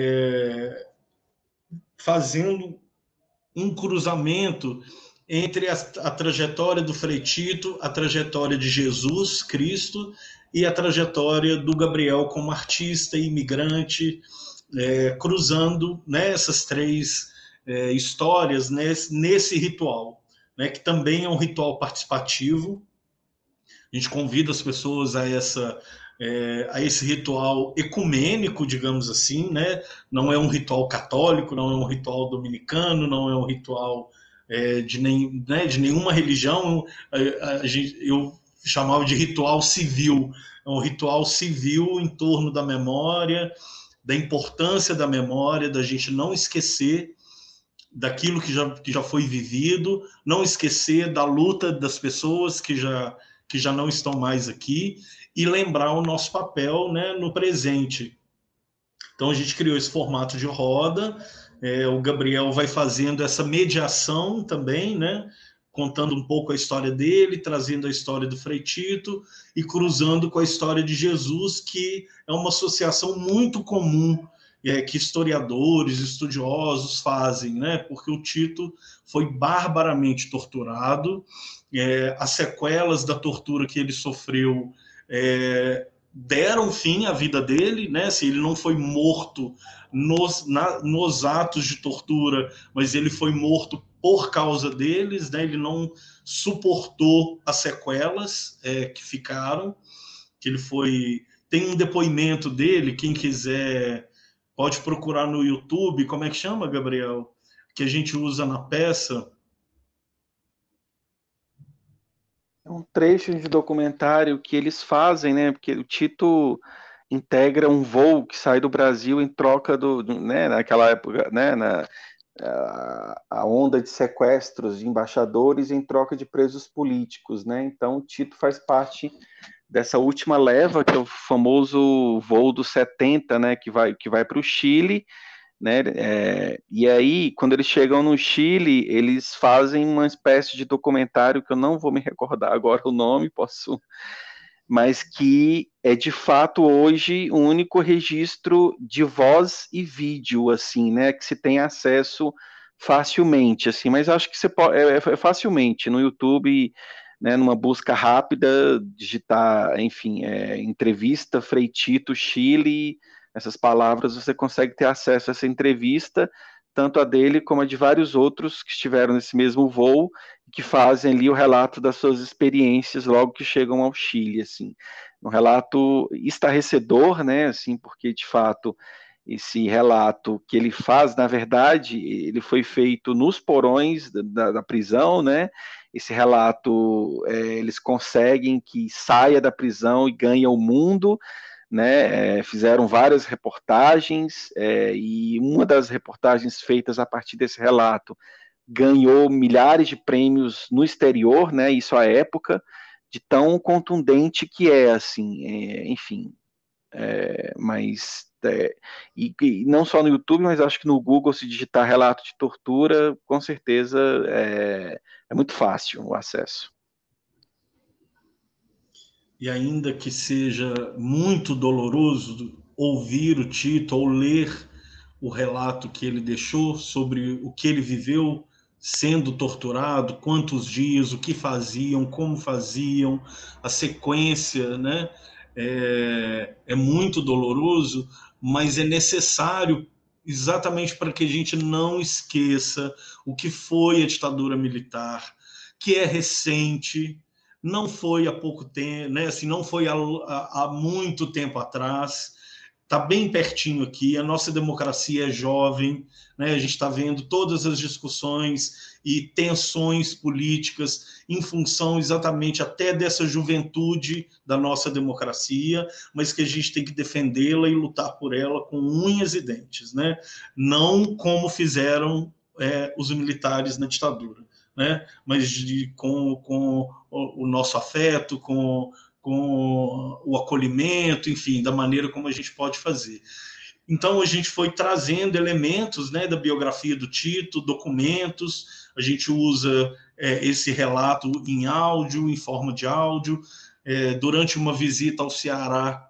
fazendo um cruzamento entre a trajetória do Frei Tito, a trajetória de Jesus Cristo e a trajetória do Gabriel como artista e imigrante, cruzando, né, essas três histórias nesse ritual, né, que também é um ritual participativo. A gente convida as pessoas a esse ritual ecumênico, digamos assim, né? Não é um ritual católico, não é um ritual dominicano, não é um ritual de nenhuma religião. Eu chamava de ritual civil. É um ritual civil em torno da memória, da importância da memória, da gente não esquecer daquilo que já foi vivido, não esquecer da luta das pessoas que já não estão mais aqui, e lembrar o nosso papel, né, no presente. Então a gente criou esse formato de roda, o Gabriel vai fazendo essa mediação também, né, contando um pouco a história dele, trazendo a história do Frei Tito e cruzando com a história de Jesus, que é uma associação muito comum que historiadores, estudiosos fazem, né, porque o Tito foi barbaramente torturado, as sequelas da tortura que ele sofreu deram fim à vida dele, né? Se ele não foi morto nos atos de tortura, mas ele foi morto por causa deles, né? Ele não suportou as sequelas que ficaram, que ele foi... Tem um depoimento dele, quem quiser pode procurar no YouTube, como é que chama, Gabriel? Que a gente usa na peça. É um trecho de documentário que eles fazem, né? Porque o Tito integra um voo que sai do Brasil em troca né? Naquela época, né? A onda de sequestros de embaixadores em troca de presos políticos, né? Então, o Tito faz parte dessa última leva, que é o famoso voo dos 70, né? Que vai para o Chile, né? E aí, quando eles chegam no Chile, eles fazem uma espécie de documentário que eu não vou me recordar agora o nome, mas que é de fato hoje o único registro de voz e vídeo, assim, né? Que se tem acesso facilmente, assim. Mas acho que você pode facilmente no YouTube, né? Numa busca rápida, digitar, enfim, entrevista Frei Tito Chile. Essas palavras, você consegue ter acesso a essa entrevista, tanto a dele como a de vários outros que estiveram nesse mesmo voo, que fazem ali o relato das suas experiências logo que chegam ao Chile, assim. Um relato estarrecedor, né, assim, porque de fato esse relato que ele faz, na verdade, ele foi feito nos porões da prisão, né? Esse relato, eles conseguem que saia da prisão e ganhe o mundo, né, fizeram várias reportagens, e uma das reportagens feitas a partir desse relato ganhou milhares de prêmios no exterior, né, isso à época, de tão contundente que assim, enfim, E não só no YouTube, mas acho que no Google, se digitar relato de tortura, com certeza é muito fácil o acesso. E ainda que seja muito doloroso ouvir o Tito ou ler o relato que ele deixou sobre o que ele viveu sendo torturado, quantos dias, o que faziam, como faziam, a sequência, né? É muito doloroso, mas é necessário exatamente para que a gente não esqueça o que foi a ditadura militar, que é recente, não foi há pouco tempo, né? Assim, não foi há muito tempo atrás, está bem pertinho aqui, a nossa democracia é jovem, né? A gente está vendo todas as discussões e tensões políticas em função exatamente até dessa juventude da nossa democracia, mas que a gente tem que defendê-la e lutar por ela com unhas e dentes, né? Não como fizeram os militares na ditadura, né? Mas com o nosso afeto, com o acolhimento, enfim, da maneira como a gente pode fazer. Então, a gente foi trazendo elementos, né, da biografia do Tito, documentos, a gente usa esse relato em áudio, em forma de áudio. Durante uma visita ao Ceará,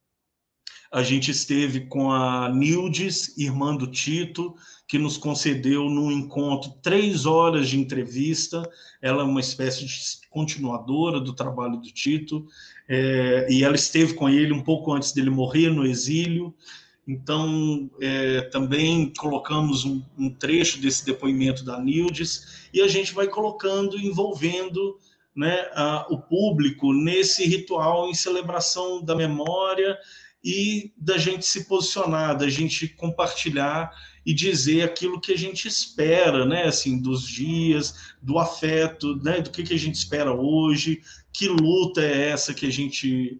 a gente esteve com a Nildes, irmã do Tito, que nos concedeu num encontro 3 horas de entrevista. Ela é uma espécie de continuadora do trabalho do Tito, e ela esteve com ele um pouco antes dele morrer no exílio. Então, também colocamos um trecho desse depoimento da Nildes, e a gente vai colocando, envolvendo, né, o público nesse ritual em celebração da memória e da gente se posicionar, da gente compartilhar e dizer aquilo que a gente espera, né, assim, dos dias, do afeto, né, do que a gente espera hoje, que luta é essa que a gente...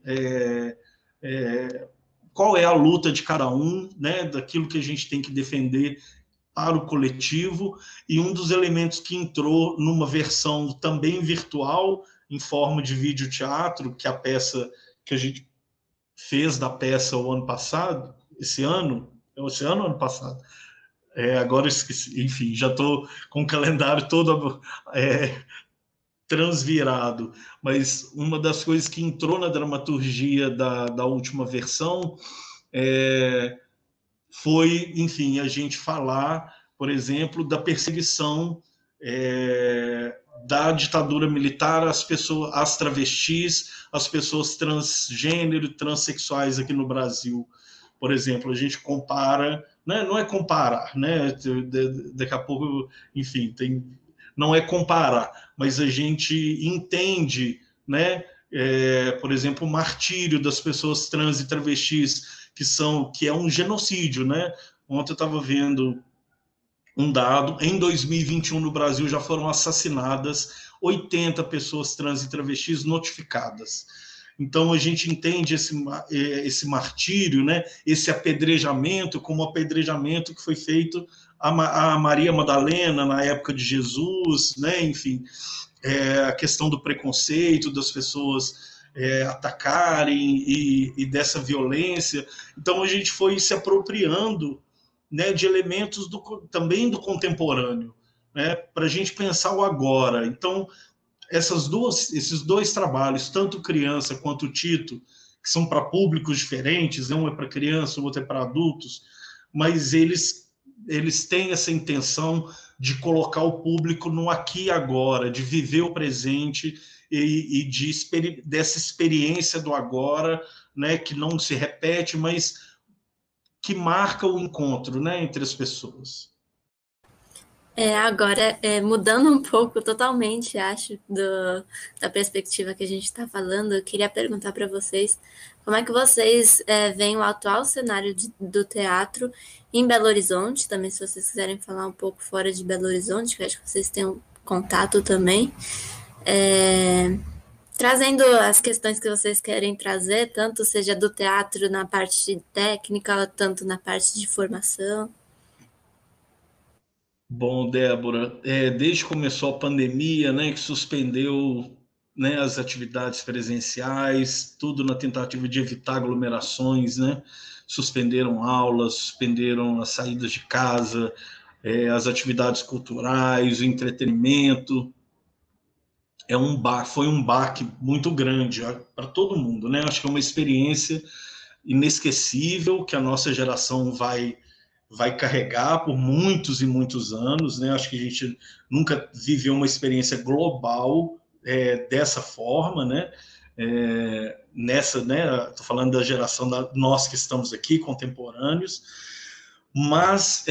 qual é a luta de cada um, né, daquilo que a gente tem que defender para o coletivo, e um dos elementos que entrou numa versão também virtual, em forma de videoteatro, que a peça que a gente fez da peça o ano passado, esse ano ou ano passado, agora eu esqueci, enfim, já estou com o calendário todo transvirado, mas uma das coisas que entrou na dramaturgia da última versão foi, enfim, a gente falar, por exemplo, da perseguição da ditadura militar às pessoas, às travestis, às pessoas transgênero, transexuais aqui no Brasil. Por exemplo, a gente compara, né? Não é comparar, né? Daqui a pouco, enfim, não é comparar, mas a gente entende, né? Por exemplo, o martírio das pessoas trans e travestis, que é um genocídio, né? Ontem eu estava vendo um dado, em 2021 no Brasil já foram assassinadas 80 pessoas trans e travestis notificadas. Então a gente entende esse martírio, né, esse apedrejamento como apedrejamento que foi feito a Maria Madalena na época de Jesus, né, enfim, a questão do preconceito, das pessoas atacarem e dessa violência. Então a gente foi se apropriando, né, de elementos também do contemporâneo, né, para a gente pensar o agora. Então, esses dois trabalhos, tanto Criança quanto Tito, que são para públicos diferentes, um é para criança, o outro é para adultos, mas eles têm essa intenção de colocar o público no aqui e agora, de viver o presente e dessa experiência do agora, né, que não se repete, mas que marca o encontro, né, entre as pessoas. Agora, mudando um pouco totalmente, acho, da perspectiva que a gente está falando, eu queria perguntar para vocês como é que vocês veem o atual cenário do teatro em Belo Horizonte, também se vocês quiserem falar um pouco fora de Belo Horizonte, que eu acho que vocês têm um contato também, trazendo as questões que vocês querem trazer, tanto seja do teatro na parte técnica, tanto na parte de formação. Bom, Débora, desde que começou a pandemia, né, que suspendeu né, as atividades presenciais, tudo na tentativa de evitar aglomerações, né? Suspenderam aulas, suspenderam as saídas de casa, as atividades culturais, o entretenimento. Foi um baque muito grande para todo mundo, né? Acho que é uma experiência inesquecível que a nossa geração vai carregar por muitos e muitos anos, né? Acho que a gente nunca viveu uma experiência global dessa forma, né? Nessa, né? Estou falando da geração nós que estamos aqui, contemporâneos, mas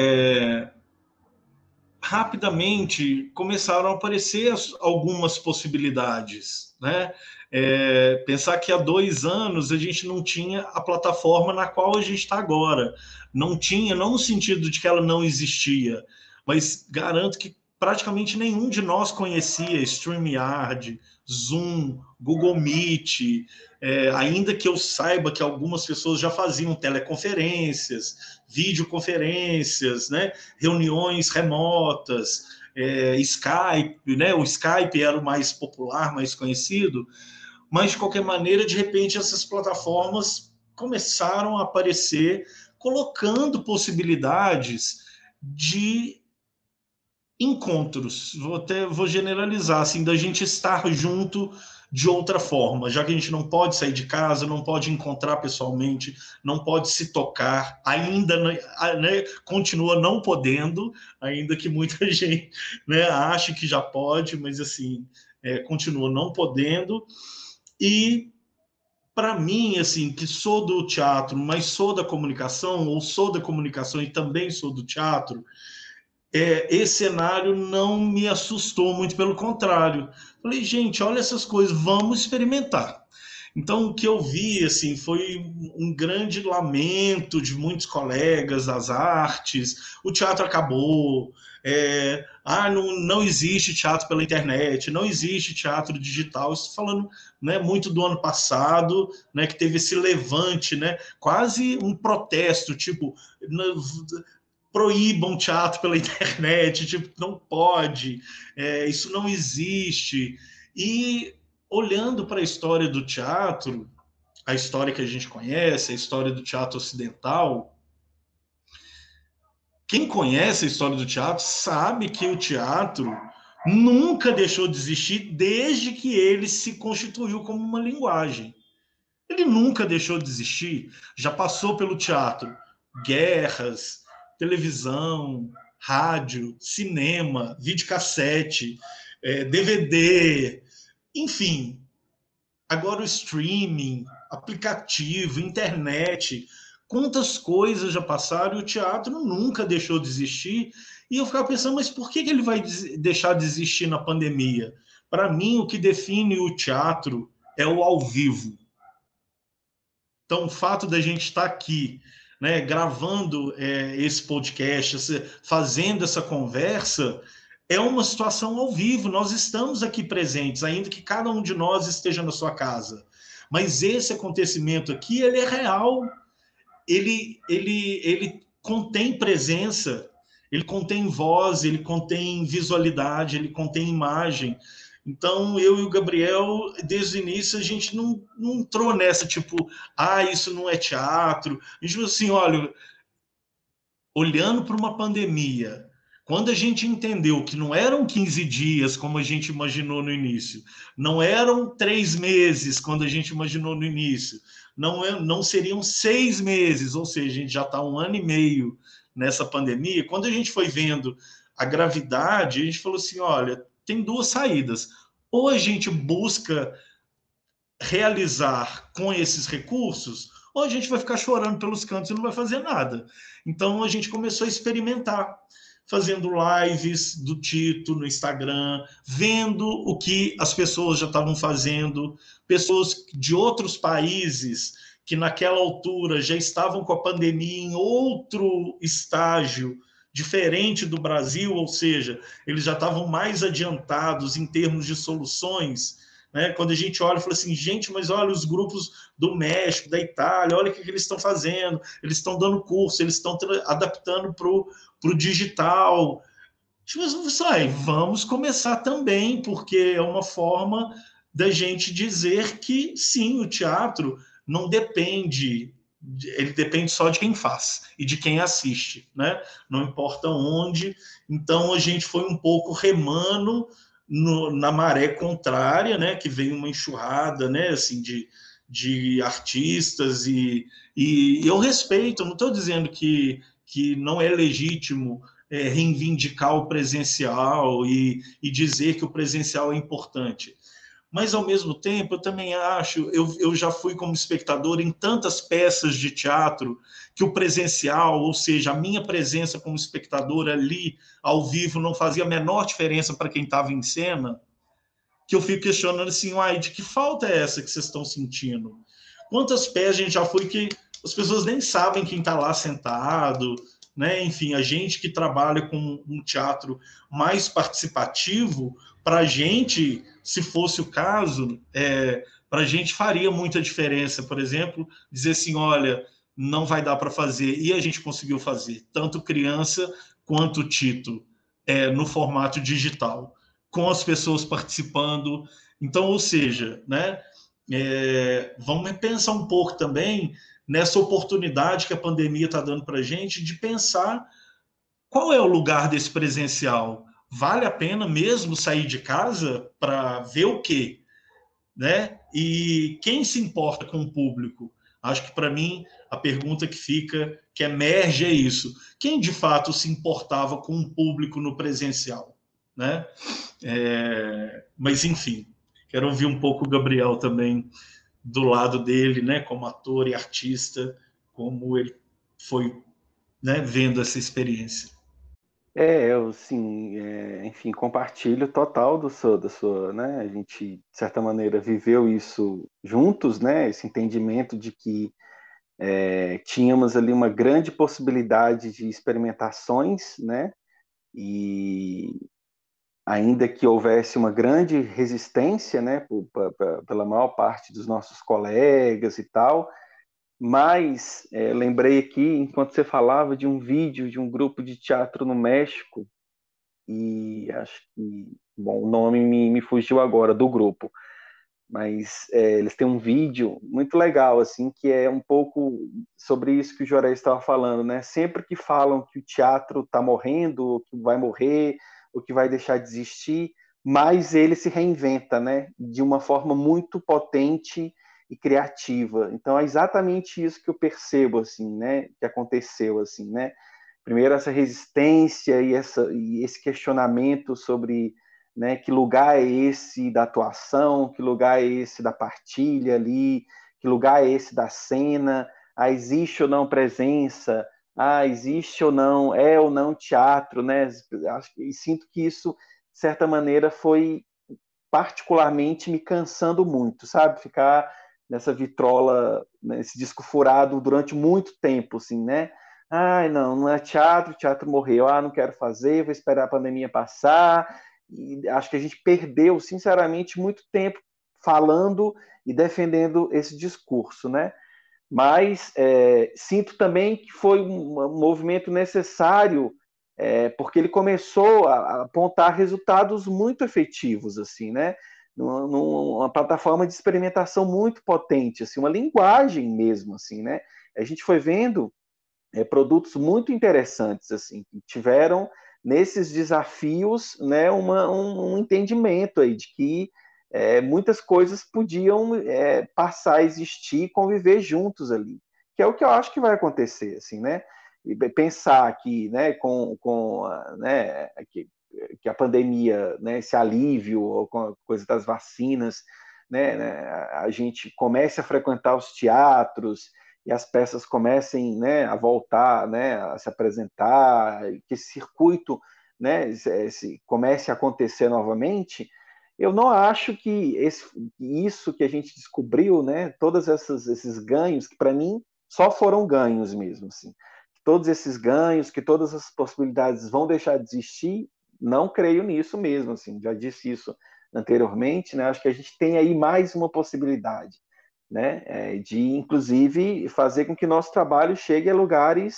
rapidamente começaram a aparecer algumas possibilidades, né? Pensar que há 2 anos a gente não tinha a plataforma na qual a gente está agora. Não tinha, não no sentido de que ela não existia, mas garanto que praticamente nenhum de nós conhecia StreamYard, Zoom, Google Meet, ainda que eu saiba que algumas pessoas já faziam teleconferências, videoconferências, né? Reuniões remotas, Skype, né? O Skype era o mais popular, mais conhecido, mas de qualquer maneira, de repente, essas plataformas começaram a aparecer, colocando possibilidades de encontros. Vou generalizar, assim, da gente estar junto de outra forma, já que a gente não pode sair de casa, não pode encontrar pessoalmente, não pode se tocar, ainda, né, continua não podendo, ainda que muita gente, né, ache que já pode, mas assim, continua não podendo. E para mim, assim, que sou do teatro, mas sou da comunicação, ou sou da comunicação e também sou do teatro, esse cenário não me assustou, muito pelo contrário. Falei, gente, olha essas coisas, vamos experimentar. Então, o que eu vi assim, foi um grande lamento de muitos colegas das artes. O teatro acabou. Não existe teatro pela internet, não existe teatro digital. Estou falando, né, muito do ano passado, né, que teve esse levante, né, quase um protesto, tipo, proíbam teatro pela internet, tipo, não pode, isso não existe. E olhando para a história do teatro, a história que a gente conhece, a história do teatro ocidental, quem conhece a história do teatro sabe que o teatro nunca deixou de existir desde que ele se constituiu como uma linguagem. Ele nunca deixou de existir, já passou pelo teatro guerras, televisão, rádio, cinema, videocassete, DVD, enfim. Agora o streaming, aplicativo, internet, quantas coisas já passaram e o teatro nunca deixou de existir. E eu ficava pensando, mas por que ele vai deixar de existir na pandemia? Para mim, o que define o teatro é o ao vivo. Então, o fato da gente estar aqui, né, gravando esse podcast, fazendo essa conversa, é uma situação ao vivo. Nós estamos aqui presentes, ainda que cada um de nós esteja na sua casa. Mas esse acontecimento aqui, ele é real. Ele contém presença, ele contém voz, ele contém visualidade, ele contém imagem. Então, eu e o Gabriel, desde o início, a gente não entrou nessa, tipo, isso não é teatro. A gente falou assim, olha, olhando para uma pandemia, quando a gente entendeu que não eram 15 dias, como a gente imaginou no início, não eram 3 meses, quando a gente imaginou no início, não seriam 6 meses, ou seja, a gente já está 1 ano e meio nessa pandemia. Quando a gente foi vendo a gravidade, a gente falou assim, olha, tem 2 saídas. Ou a gente busca realizar com esses recursos, ou a gente vai ficar chorando pelos cantos e não vai fazer nada. Então, a gente começou a experimentar, fazendo lives do Tito no Instagram, vendo o que as pessoas já estavam fazendo, pessoas de outros países que naquela altura já estavam com a pandemia em outro estágio, diferente do Brasil, ou seja, eles já estavam mais adiantados em termos de soluções, né? Quando a gente olha e fala assim, gente, mas olha os grupos do México, da Itália, olha o que eles estão fazendo, eles estão dando curso, eles estão adaptando para o digital. Tipo, vamos começar também, porque é uma forma da gente dizer que sim, o teatro não depende, ele depende só de quem faz e de quem assiste, né? Não importa onde. Então a gente foi um pouco remando na maré contrária, né? Que veio uma enxurrada, né? Assim, de artistas e eu respeito, não estou dizendo que não é legítimo reivindicar o presencial e dizer que o presencial é importante. Mas, ao mesmo tempo, eu também acho, eu já fui como espectador em tantas peças de teatro que o presencial, ou seja, a minha presença como espectador ali, ao vivo, não fazia a menor diferença para quem estava em cena, que eu fico questionando assim, uai, de que falta é essa que vocês estão sentindo? Quantas peças a gente já foi que as pessoas nem sabem quem está lá sentado, né? Enfim, a gente que trabalha com um teatro mais participativo, para a gente, se fosse o caso, para a gente faria muita diferença, por exemplo, dizer assim, olha, não vai dar para fazer, e a gente conseguiu fazer, tanto criança quanto Tito, no formato digital, com as pessoas participando. Então, ou seja, né, vamos pensar um pouco também nessa oportunidade que a pandemia está dando para a gente de pensar qual é o lugar desse presencial. Vale a pena mesmo sair de casa para ver o quê? Né? E quem se importa com o público? Acho que para mim a pergunta que fica, que emerge é isso. Quem de fato se importava com o público no presencial? Né? Mas enfim, quero ouvir um pouco o Gabriel também do lado dele, né, como ator e artista, como ele foi, né, vendo essa experiência. Eu, sim, enfim, compartilho total da sua, né, a gente, de certa maneira, viveu isso juntos, né, esse entendimento de que tínhamos ali uma grande possibilidade de experimentações, né, e ainda que houvesse uma grande resistência, né, pela maior parte dos nossos colegas e tal, mas lembrei aqui, enquanto você falava, de um vídeo de um grupo de teatro no México, e acho que, bom, o nome me fugiu agora do grupo, mas eles têm um vídeo muito legal, assim, que é um pouco sobre isso que o Joré estava falando, né? Sempre que falam que o teatro está morrendo, ou que vai morrer, ou que vai deixar de existir, mas ele se reinventa, né? De uma forma muito potente e criativa. Então é exatamente isso que eu percebo, assim, né? Que aconteceu, assim, né? Primeiro essa resistência e esse questionamento sobre, né, que lugar é esse da atuação, que lugar é esse da partilha ali, que lugar é esse da cena, existe ou não presença, existe ou não, é ou não teatro, né? E sinto que isso, de certa maneira, foi particularmente me cansando muito, sabe? Ficar nessa vitrola, nesse disco furado durante muito tempo, assim, né? Ai, não, não é teatro, o teatro morreu, não quero fazer, vou esperar a pandemia passar. E acho que a gente perdeu, sinceramente, muito tempo falando e defendendo esse discurso, né? Mas sinto também que foi um movimento necessário, porque ele começou a apontar resultados muito efetivos, assim, né? Numa plataforma de experimentação muito potente, assim, uma linguagem mesmo, assim, né? A gente foi vendo produtos muito interessantes, assim, que tiveram nesses desafios, né, um entendimento aí de que muitas coisas podiam passar a existir, conviver juntos ali, que é o que eu acho que vai acontecer, assim, né? E pensar que, né, né, que a pandemia, né, esse alívio, ou com a coisa das vacinas, né, a gente comece a frequentar os teatros e as peças comecem, né, a voltar, né, a se apresentar, que esse circuito, né, comece a acontecer novamente. Eu não acho que isso que a gente descobriu, né, todos esses ganhos, que para mim só foram ganhos mesmo, assim, todos esses ganhos, que todas as possibilidades vão deixar de existir, não creio nisso mesmo, assim, já disse isso anteriormente, né, acho que a gente tem aí mais uma possibilidade, né, de inclusive fazer com que nosso trabalho chegue a lugares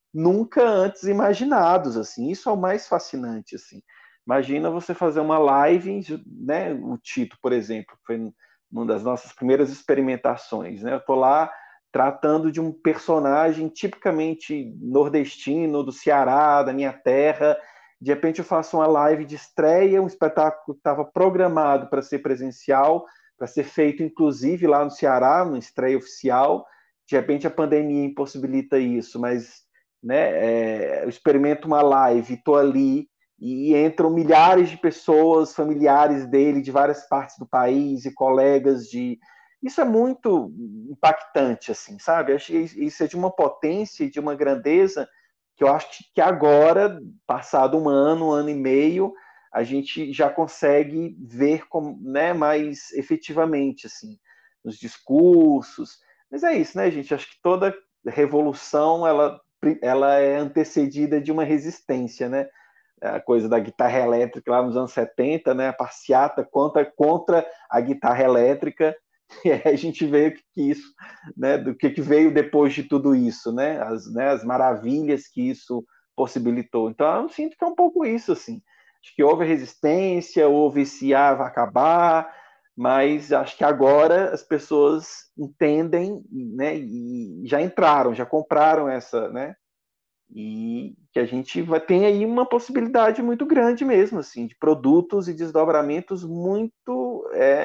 nunca antes imaginados, assim. Isso é o mais fascinante, assim. Imagina você fazer uma live, né? O Tito, por exemplo, foi uma das nossas primeiras experimentações, né? Eu estou lá tratando de um personagem tipicamente nordestino, do Ceará, da minha terra. De repente eu faço uma live de estreia, um espetáculo que estava programado para ser presencial, para ser feito inclusive lá no Ceará, uma estreia oficial. De repente a pandemia impossibilita isso, mas né, eu experimento uma live, estou ali e entram milhares de pessoas, familiares dele de várias partes do país e colegas de... Isso é muito impactante, assim, sabe? Acho que isso é de uma potência e de uma grandeza que eu acho que agora, passado um ano e meio, a gente já consegue ver como, né, mais efetivamente, assim, nos discursos. Mas é isso, né, gente? Acho que toda revolução, ela é antecedida de uma resistência, né? A coisa da guitarra elétrica lá nos anos 70, né? A passeata contra a guitarra elétrica. E aí a gente vê que isso, né? Do que veio depois de tudo isso, né? As maravilhas que isso possibilitou. Então eu sinto que é um pouco isso, assim. Acho que houve resistência, houve esse vai acabar, mas acho que agora as pessoas entendem, né? E já entraram, já compraram essa, né? E que a gente vai ter aí uma possibilidade muito grande mesmo, assim, de produtos e desdobramentos muito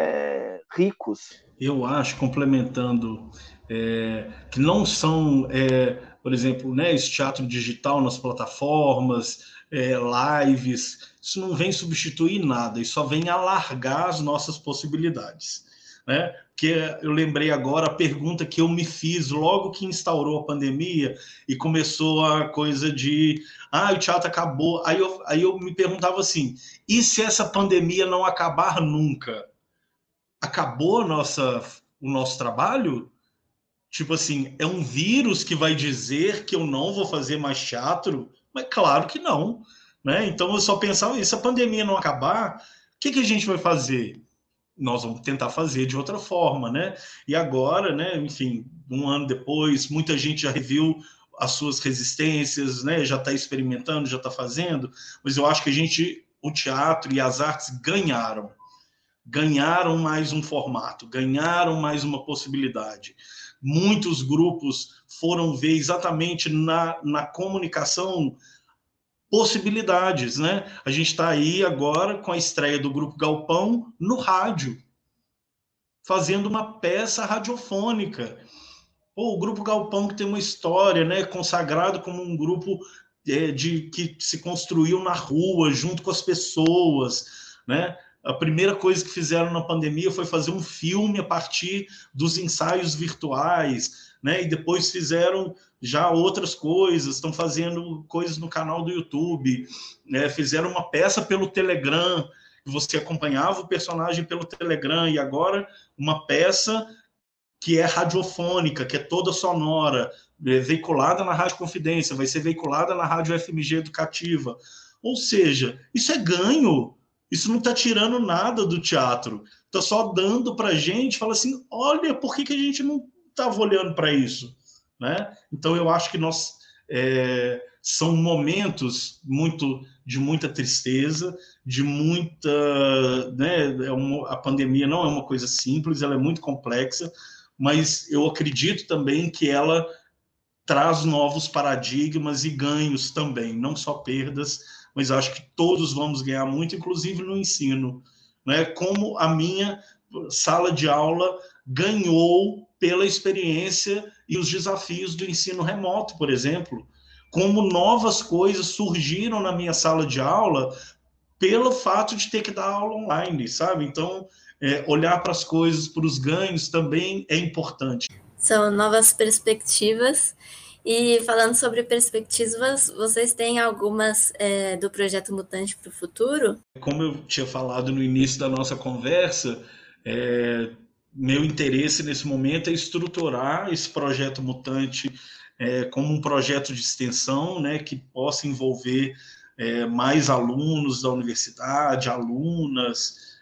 ricos. Eu acho, complementando, que não são, por exemplo, né, esse teatro digital nas plataformas, lives, isso não vem substituir nada, isso só vem alargar as nossas possibilidades. Né? Porque eu lembrei agora a pergunta que eu me fiz logo que instaurou a pandemia e começou a coisa de o teatro acabou. Aí eu me perguntava assim, e se essa pandemia não acabar nunca? Acabou o nosso trabalho? Tipo assim, é um vírus que vai dizer que eu não vou fazer mais teatro? Mas claro que não. Né? Então eu só pensava, e se a pandemia não acabar, o que a gente vai fazer? Nós vamos tentar fazer de outra forma, né? E agora, né, enfim, um ano depois, muita gente já reviu as suas resistências, né? Já está experimentando, já está fazendo, mas eu acho que o teatro e as artes ganharam mais um formato, ganharam mais uma possibilidade. Muitos grupos foram ver exatamente na comunicação possibilidades, né? A gente está aí agora com a estreia do Grupo Galpão no rádio, fazendo uma peça radiofônica. Pô, o Grupo Galpão, que tem uma história, né, consagrado como um grupo que se construiu na rua, junto com as pessoas, né? A primeira coisa que fizeram na pandemia foi fazer um filme a partir dos ensaios virtuais, né? E depois fizeram já outras coisas, estão fazendo coisas no canal do YouTube, né? Fizeram uma peça pelo Telegram, você acompanhava o personagem pelo Telegram, e agora uma peça que é radiofônica, que é toda sonora, veiculada na Rádio Confidência, vai ser veiculada na Rádio FMG Educativa. Ou seja, isso é ganho, isso não está tirando nada do teatro, está só dando para a gente, fala assim, olha, por que a gente não estava olhando para isso? Né? Então, eu acho que são momentos de muita tristeza, de muita... Né, a pandemia não é uma coisa simples, ela é muito complexa, mas eu acredito também que ela traz novos paradigmas e ganhos também, não só perdas, mas acho que todos vamos ganhar muito, inclusive no ensino, né? Como a minha sala de aula ganhou pela experiência e os desafios do ensino remoto, por exemplo, como novas coisas surgiram na minha sala de aula pelo fato de ter que dar aula online, sabe? Então, olhar para as coisas, para os ganhos também é importante. São novas perspectivas. E falando sobre perspectivas, vocês têm algumas do Projeto Mutante para o futuro? Como eu tinha falado no início da nossa conversa, meu interesse nesse momento é estruturar esse Projeto Mutante como um projeto de extensão, né, que possa envolver mais alunos da universidade, alunas,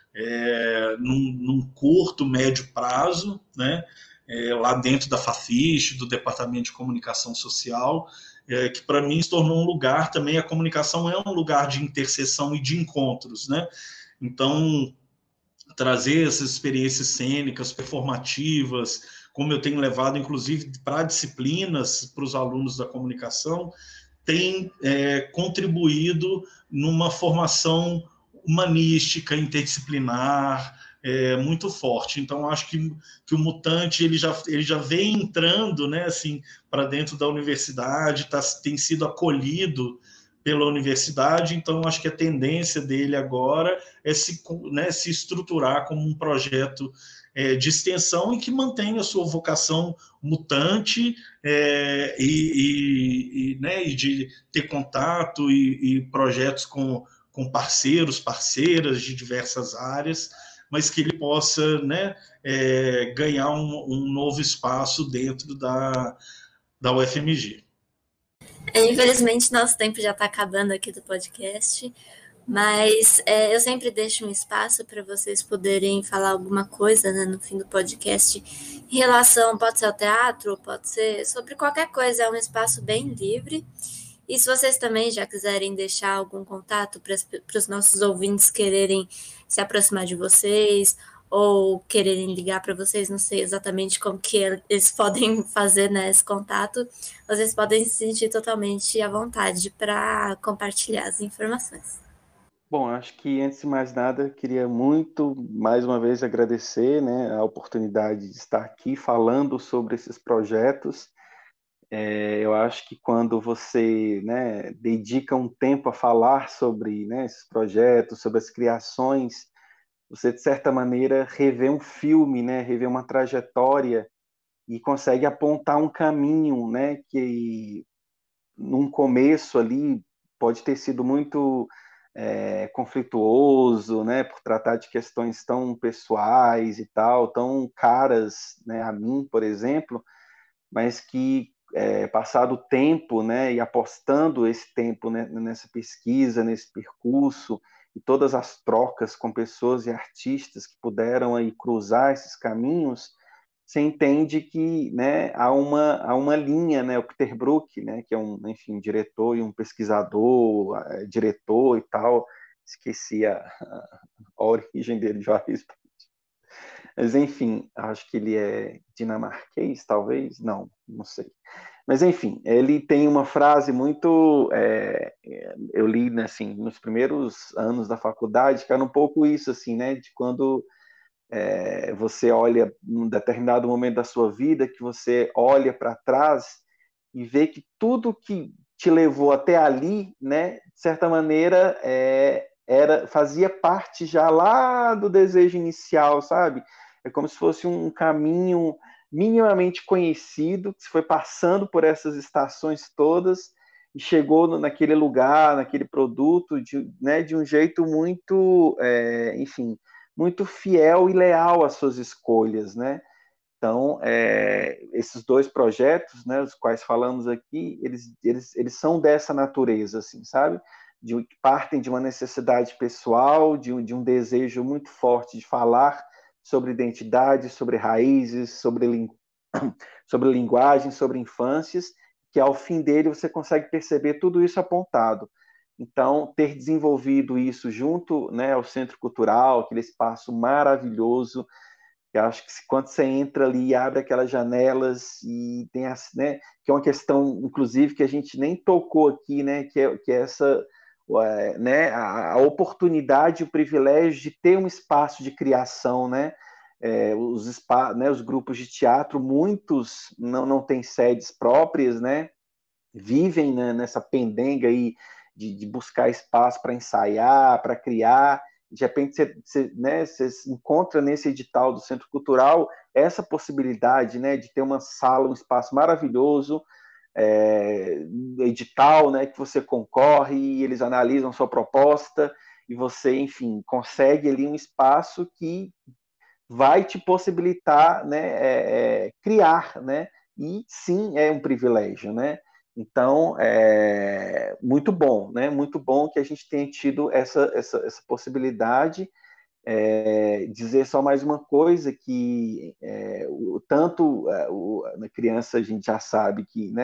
num curto, médio prazo, né, lá dentro da Fafiche, do Departamento de Comunicação Social, que para mim se tornou um lugar também, a comunicação é um lugar de interseção e de encontros, né? Então, trazer essas experiências cênicas, performativas, como eu tenho levado, inclusive, para disciplinas para os alunos da comunicação, tem contribuído numa formação humanística, interdisciplinar, muito forte. Então, acho que o Mutante ele já vem entrando, né, assim, para dentro da universidade, tem sido acolhido pela universidade, então acho que a tendência dele agora é se estruturar como um projeto de extensão e que mantenha a sua vocação mutante, né, e de ter contato e projetos com parceiras de diversas áreas, mas que ele possa, né, ganhar um novo espaço dentro da UFMG. Infelizmente, nosso tempo já está acabando aqui do podcast, mas eu sempre deixo um espaço para vocês poderem falar alguma coisa, né, no fim do podcast em relação, pode ser ao teatro, pode ser sobre qualquer coisa, é um espaço bem livre. E se vocês também já quiserem deixar algum contato para os nossos ouvintes quererem se aproximar de vocês ou quererem ligar para vocês, não sei exatamente como que eles podem fazer, né, esse contato, vocês podem se sentir totalmente à vontade para compartilhar as informações. Bom, acho que antes de mais nada, queria muito, mais uma vez, agradecer, né, a oportunidade de estar aqui falando sobre esses projetos. Eu acho que quando você, né, dedica um tempo a falar sobre, né, esses projetos, sobre as criações, você, de certa maneira, revê um filme, né, revê uma trajetória e consegue apontar um caminho, né, que num começo ali pode ter sido muito conflituoso, né, por tratar de questões tão pessoais e tal, tão caras, né, a mim, por exemplo, mas que passado o tempo, né, e apostando esse tempo, né, nessa pesquisa, nesse percurso e todas as trocas com pessoas e artistas que puderam aí cruzar esses caminhos, você entende que, né, há uma linha, né, o Peter Brook, né, que é um, enfim, diretor e um pesquisador, diretor e tal, esqueci a origem dele, já. Mas, enfim, acho que ele é dinamarquês, talvez? Não sei. Mas, enfim, ele tem uma frase muito... eu li, né, assim, nos primeiros anos da faculdade, que era um pouco isso, assim, né, de quando você olha num determinado momento da sua vida, que você olha para trás e vê que tudo que te levou até ali, né, de certa maneira, fazia parte já lá do desejo inicial, sabe? É como se fosse um caminho minimamente conhecido, que se foi passando por essas estações todas e chegou naquele lugar, naquele produto, né, de um jeito muito, enfim, muito fiel e leal às suas escolhas, né? Então, esses dois projetos, né, os quais falamos aqui, eles são dessa natureza, assim, sabe? Partem de uma necessidade pessoal, de um desejo muito forte de falar sobre identidade, sobre raízes, sobre linguagem, sobre infâncias, que ao fim dele você consegue perceber tudo isso apontado. Então, ter desenvolvido isso junto, né, ao Centro Cultural, aquele espaço maravilhoso, eu acho que quando você entra ali e abre aquelas janelas e tem né, que é uma questão, inclusive, que a gente nem tocou aqui, né, que é essa, né, a oportunidade, o privilégio de ter um espaço de criação, né, os grupos de teatro, muitos não têm sedes próprias, né, vivem, né, nessa pendenga aí de buscar espaço para ensaiar, para criar. De repente você encontra nesse edital do Centro Cultural essa possibilidade, né, de ter uma sala, um espaço maravilhoso, edital, né, que você concorre e eles analisam sua proposta e você, enfim, consegue ali um espaço que vai te possibilitar, né, criar, né, e sim é um privilégio, né? Então, muito bom, né? Muito bom que a gente tenha tido essa possibilidade. Dizer só mais uma coisa, que tanto a criança a gente já sabe que, né,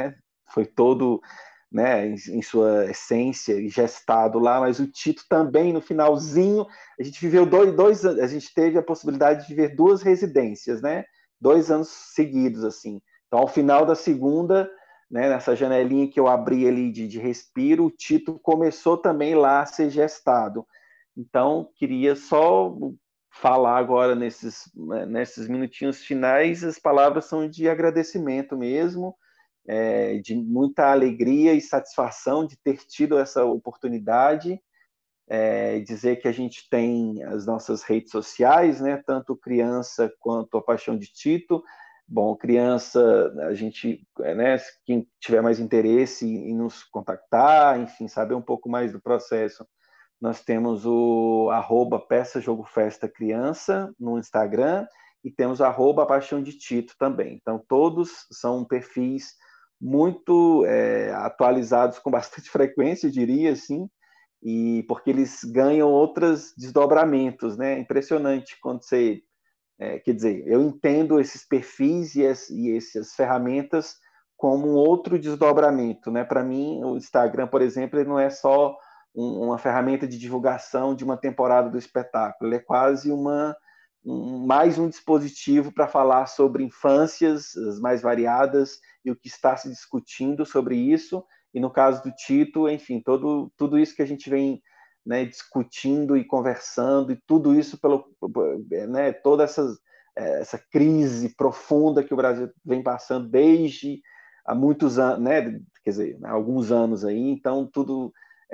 foi todo, né, em sua essência, gestado lá, mas o Tito também, no finalzinho, a gente viveu dois anos, a gente teve a possibilidade de viver 2 residências, né, 2 anos seguidos, assim. Então, ao final da segunda, né, nessa janelinha que eu abri ali de respiro, o Tito começou também lá a ser gestado. Então, queria só falar agora nesses minutinhos finais, as palavras são de agradecimento mesmo, de muita alegria e satisfação de ter tido essa oportunidade, dizer que a gente tem as nossas redes sociais, né, tanto Criança quanto a Paixão de Tito. Bom, Criança, a gente, né, quem tiver mais interesse em nos contactar, enfim, saber um pouco mais do processo, nós temos o @Peça Jogo Festa Criança no Instagram e temos @A Paixão de Tito também. Então, todos são perfis muito atualizados com bastante frequência, eu diria assim, e porque eles ganham outros desdobramentos, né? Impressionante quando você... quer dizer, eu entendo esses perfis e essas ferramentas como um outro desdobramento, né? Para mim, o Instagram, por exemplo, ele não é só uma ferramenta de divulgação de uma temporada do espetáculo, ele é quase mais um dispositivo para falar sobre infâncias as mais variadas e o que está se discutindo sobre isso, e no caso do Tito, enfim, tudo isso que a gente vem, né, discutindo e conversando, e tudo isso né, toda essa crise profunda que o Brasil vem passando desde há muitos anos, né, quer dizer, há alguns anos aí, então tudo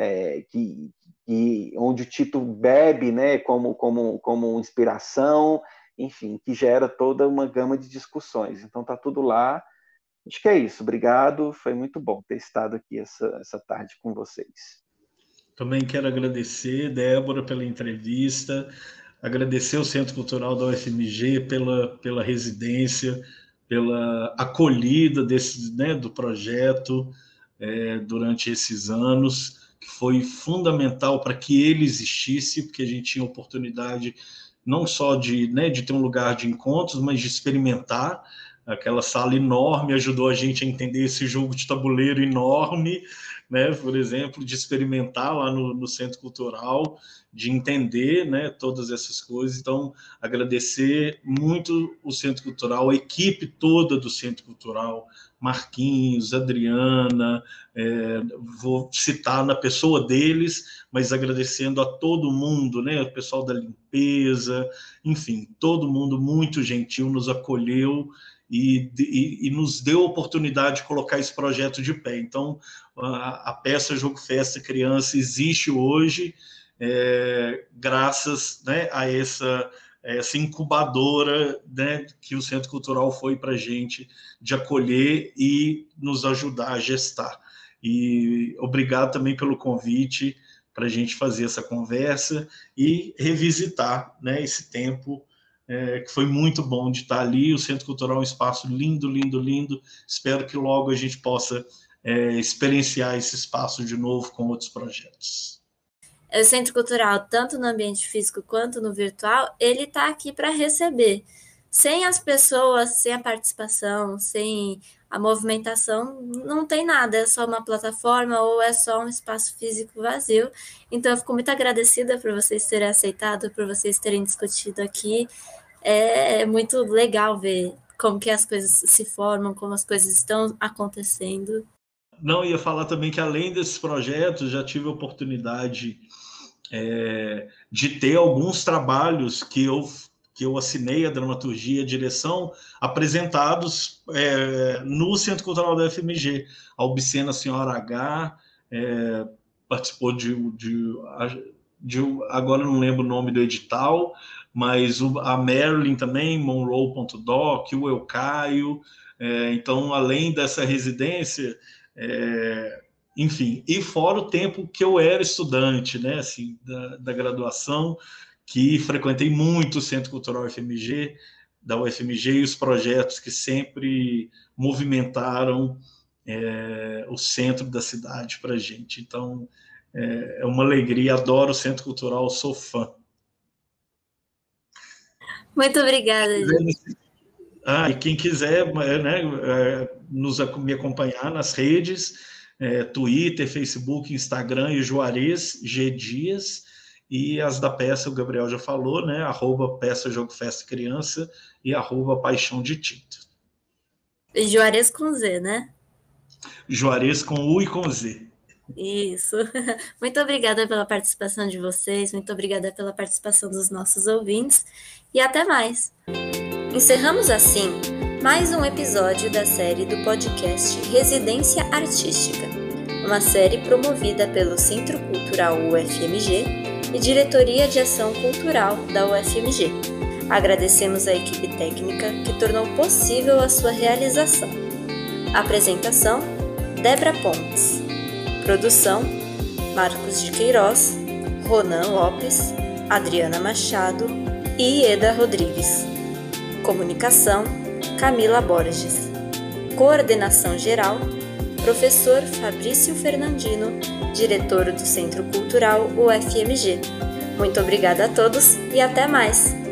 onde o Tito bebe, né, como inspiração, enfim, que gera toda uma gama de discussões. Então está tudo lá. Acho que é isso. Obrigado. Foi muito bom ter estado aqui essa tarde com vocês. Também quero agradecer, Débora, pela entrevista, agradecer ao Centro Cultural da UFMG pela residência, pela acolhida do projeto durante esses anos, que foi fundamental para que ele existisse, porque a gente tinha oportunidade não só de ter um lugar de encontros, mas de experimentar. Aquela sala enorme ajudou a gente a entender esse jogo de tabuleiro enorme, né, por exemplo, de experimentar lá no Centro Cultural, de entender, né, todas essas coisas. Então, agradecer muito o Centro Cultural, a equipe toda do Centro Cultural, Marquinhos, Adriana, vou citar na pessoa deles, mas agradecendo a todo mundo, né, o pessoal da limpeza, enfim, todo mundo muito gentil, nos acolheu e nos deu a oportunidade de colocar esse projeto de pé. Então, a peça Jogo Festa Criança existe hoje, graças, né, a essa incubadora, né, que o Centro Cultural foi para a gente, de acolher e nos ajudar a gestar. E obrigado também pelo convite para a gente fazer essa conversa e revisitar, né, esse tempo que foi muito bom de estar ali. O Centro Cultural é um espaço lindo, lindo, lindo. Espero que logo a gente possa experienciar esse espaço de novo com outros projetos. O Centro Cultural, tanto no ambiente físico quanto no virtual, ele está aqui para receber. Sem as pessoas, sem a participação, sem a movimentação, não tem nada, é só uma plataforma ou é só um espaço físico vazio. Então, eu fico muito agradecida por vocês terem aceitado, por vocês terem discutido aqui. É muito legal ver como que as coisas se formam, como as coisas estão acontecendo. Não, ia falar também que, além desses projetos, já tive a oportunidade de ter alguns trabalhos que eu assinei a dramaturgia e a direção, apresentados no Centro Cultural da UFMG. A Obscena Senhora H participou agora não lembro o nome do edital, mas a Marilyn também, Monroe.doc, o Eu Caio. Então, além dessa residência, enfim, e fora o tempo que eu era estudante, né, assim, da graduação, que frequentei muito o Centro Cultural UFMG, da UFMG, e os projetos que sempre movimentaram o centro da cidade para a gente. Então, é uma alegria, adoro o Centro Cultural, sou fã. Muito obrigada, gente. E quem quiser, né, me acompanhar nas redes, Twitter, Facebook, Instagram e Juarez G Dias, e as da peça o Gabriel já falou, né, @peça jogo festa criança e @paixão de tinta. E Juarez com Z, né? Juarez com U e com Z. Isso. Muito obrigada pela participação de vocês, muito obrigada pela participação dos nossos ouvintes e até mais. Encerramos assim mais um episódio da série do podcast Residência Artística, uma série promovida pelo Centro Cultural UFMG e Diretoria de Ação Cultural da UFMG. Agradecemos a equipe técnica que tornou possível a sua realização. Apresentação: Débora Pontes. Produção: Marcos de Queiroz, Ronan Lopes, Adriana Machado e Ieda Rodrigues. Comunicação: Camila Borges. Coordenação geral: Professor Fabrício Fernandino, diretor do Centro Cultural UFMG. Muito obrigada a todos e até mais!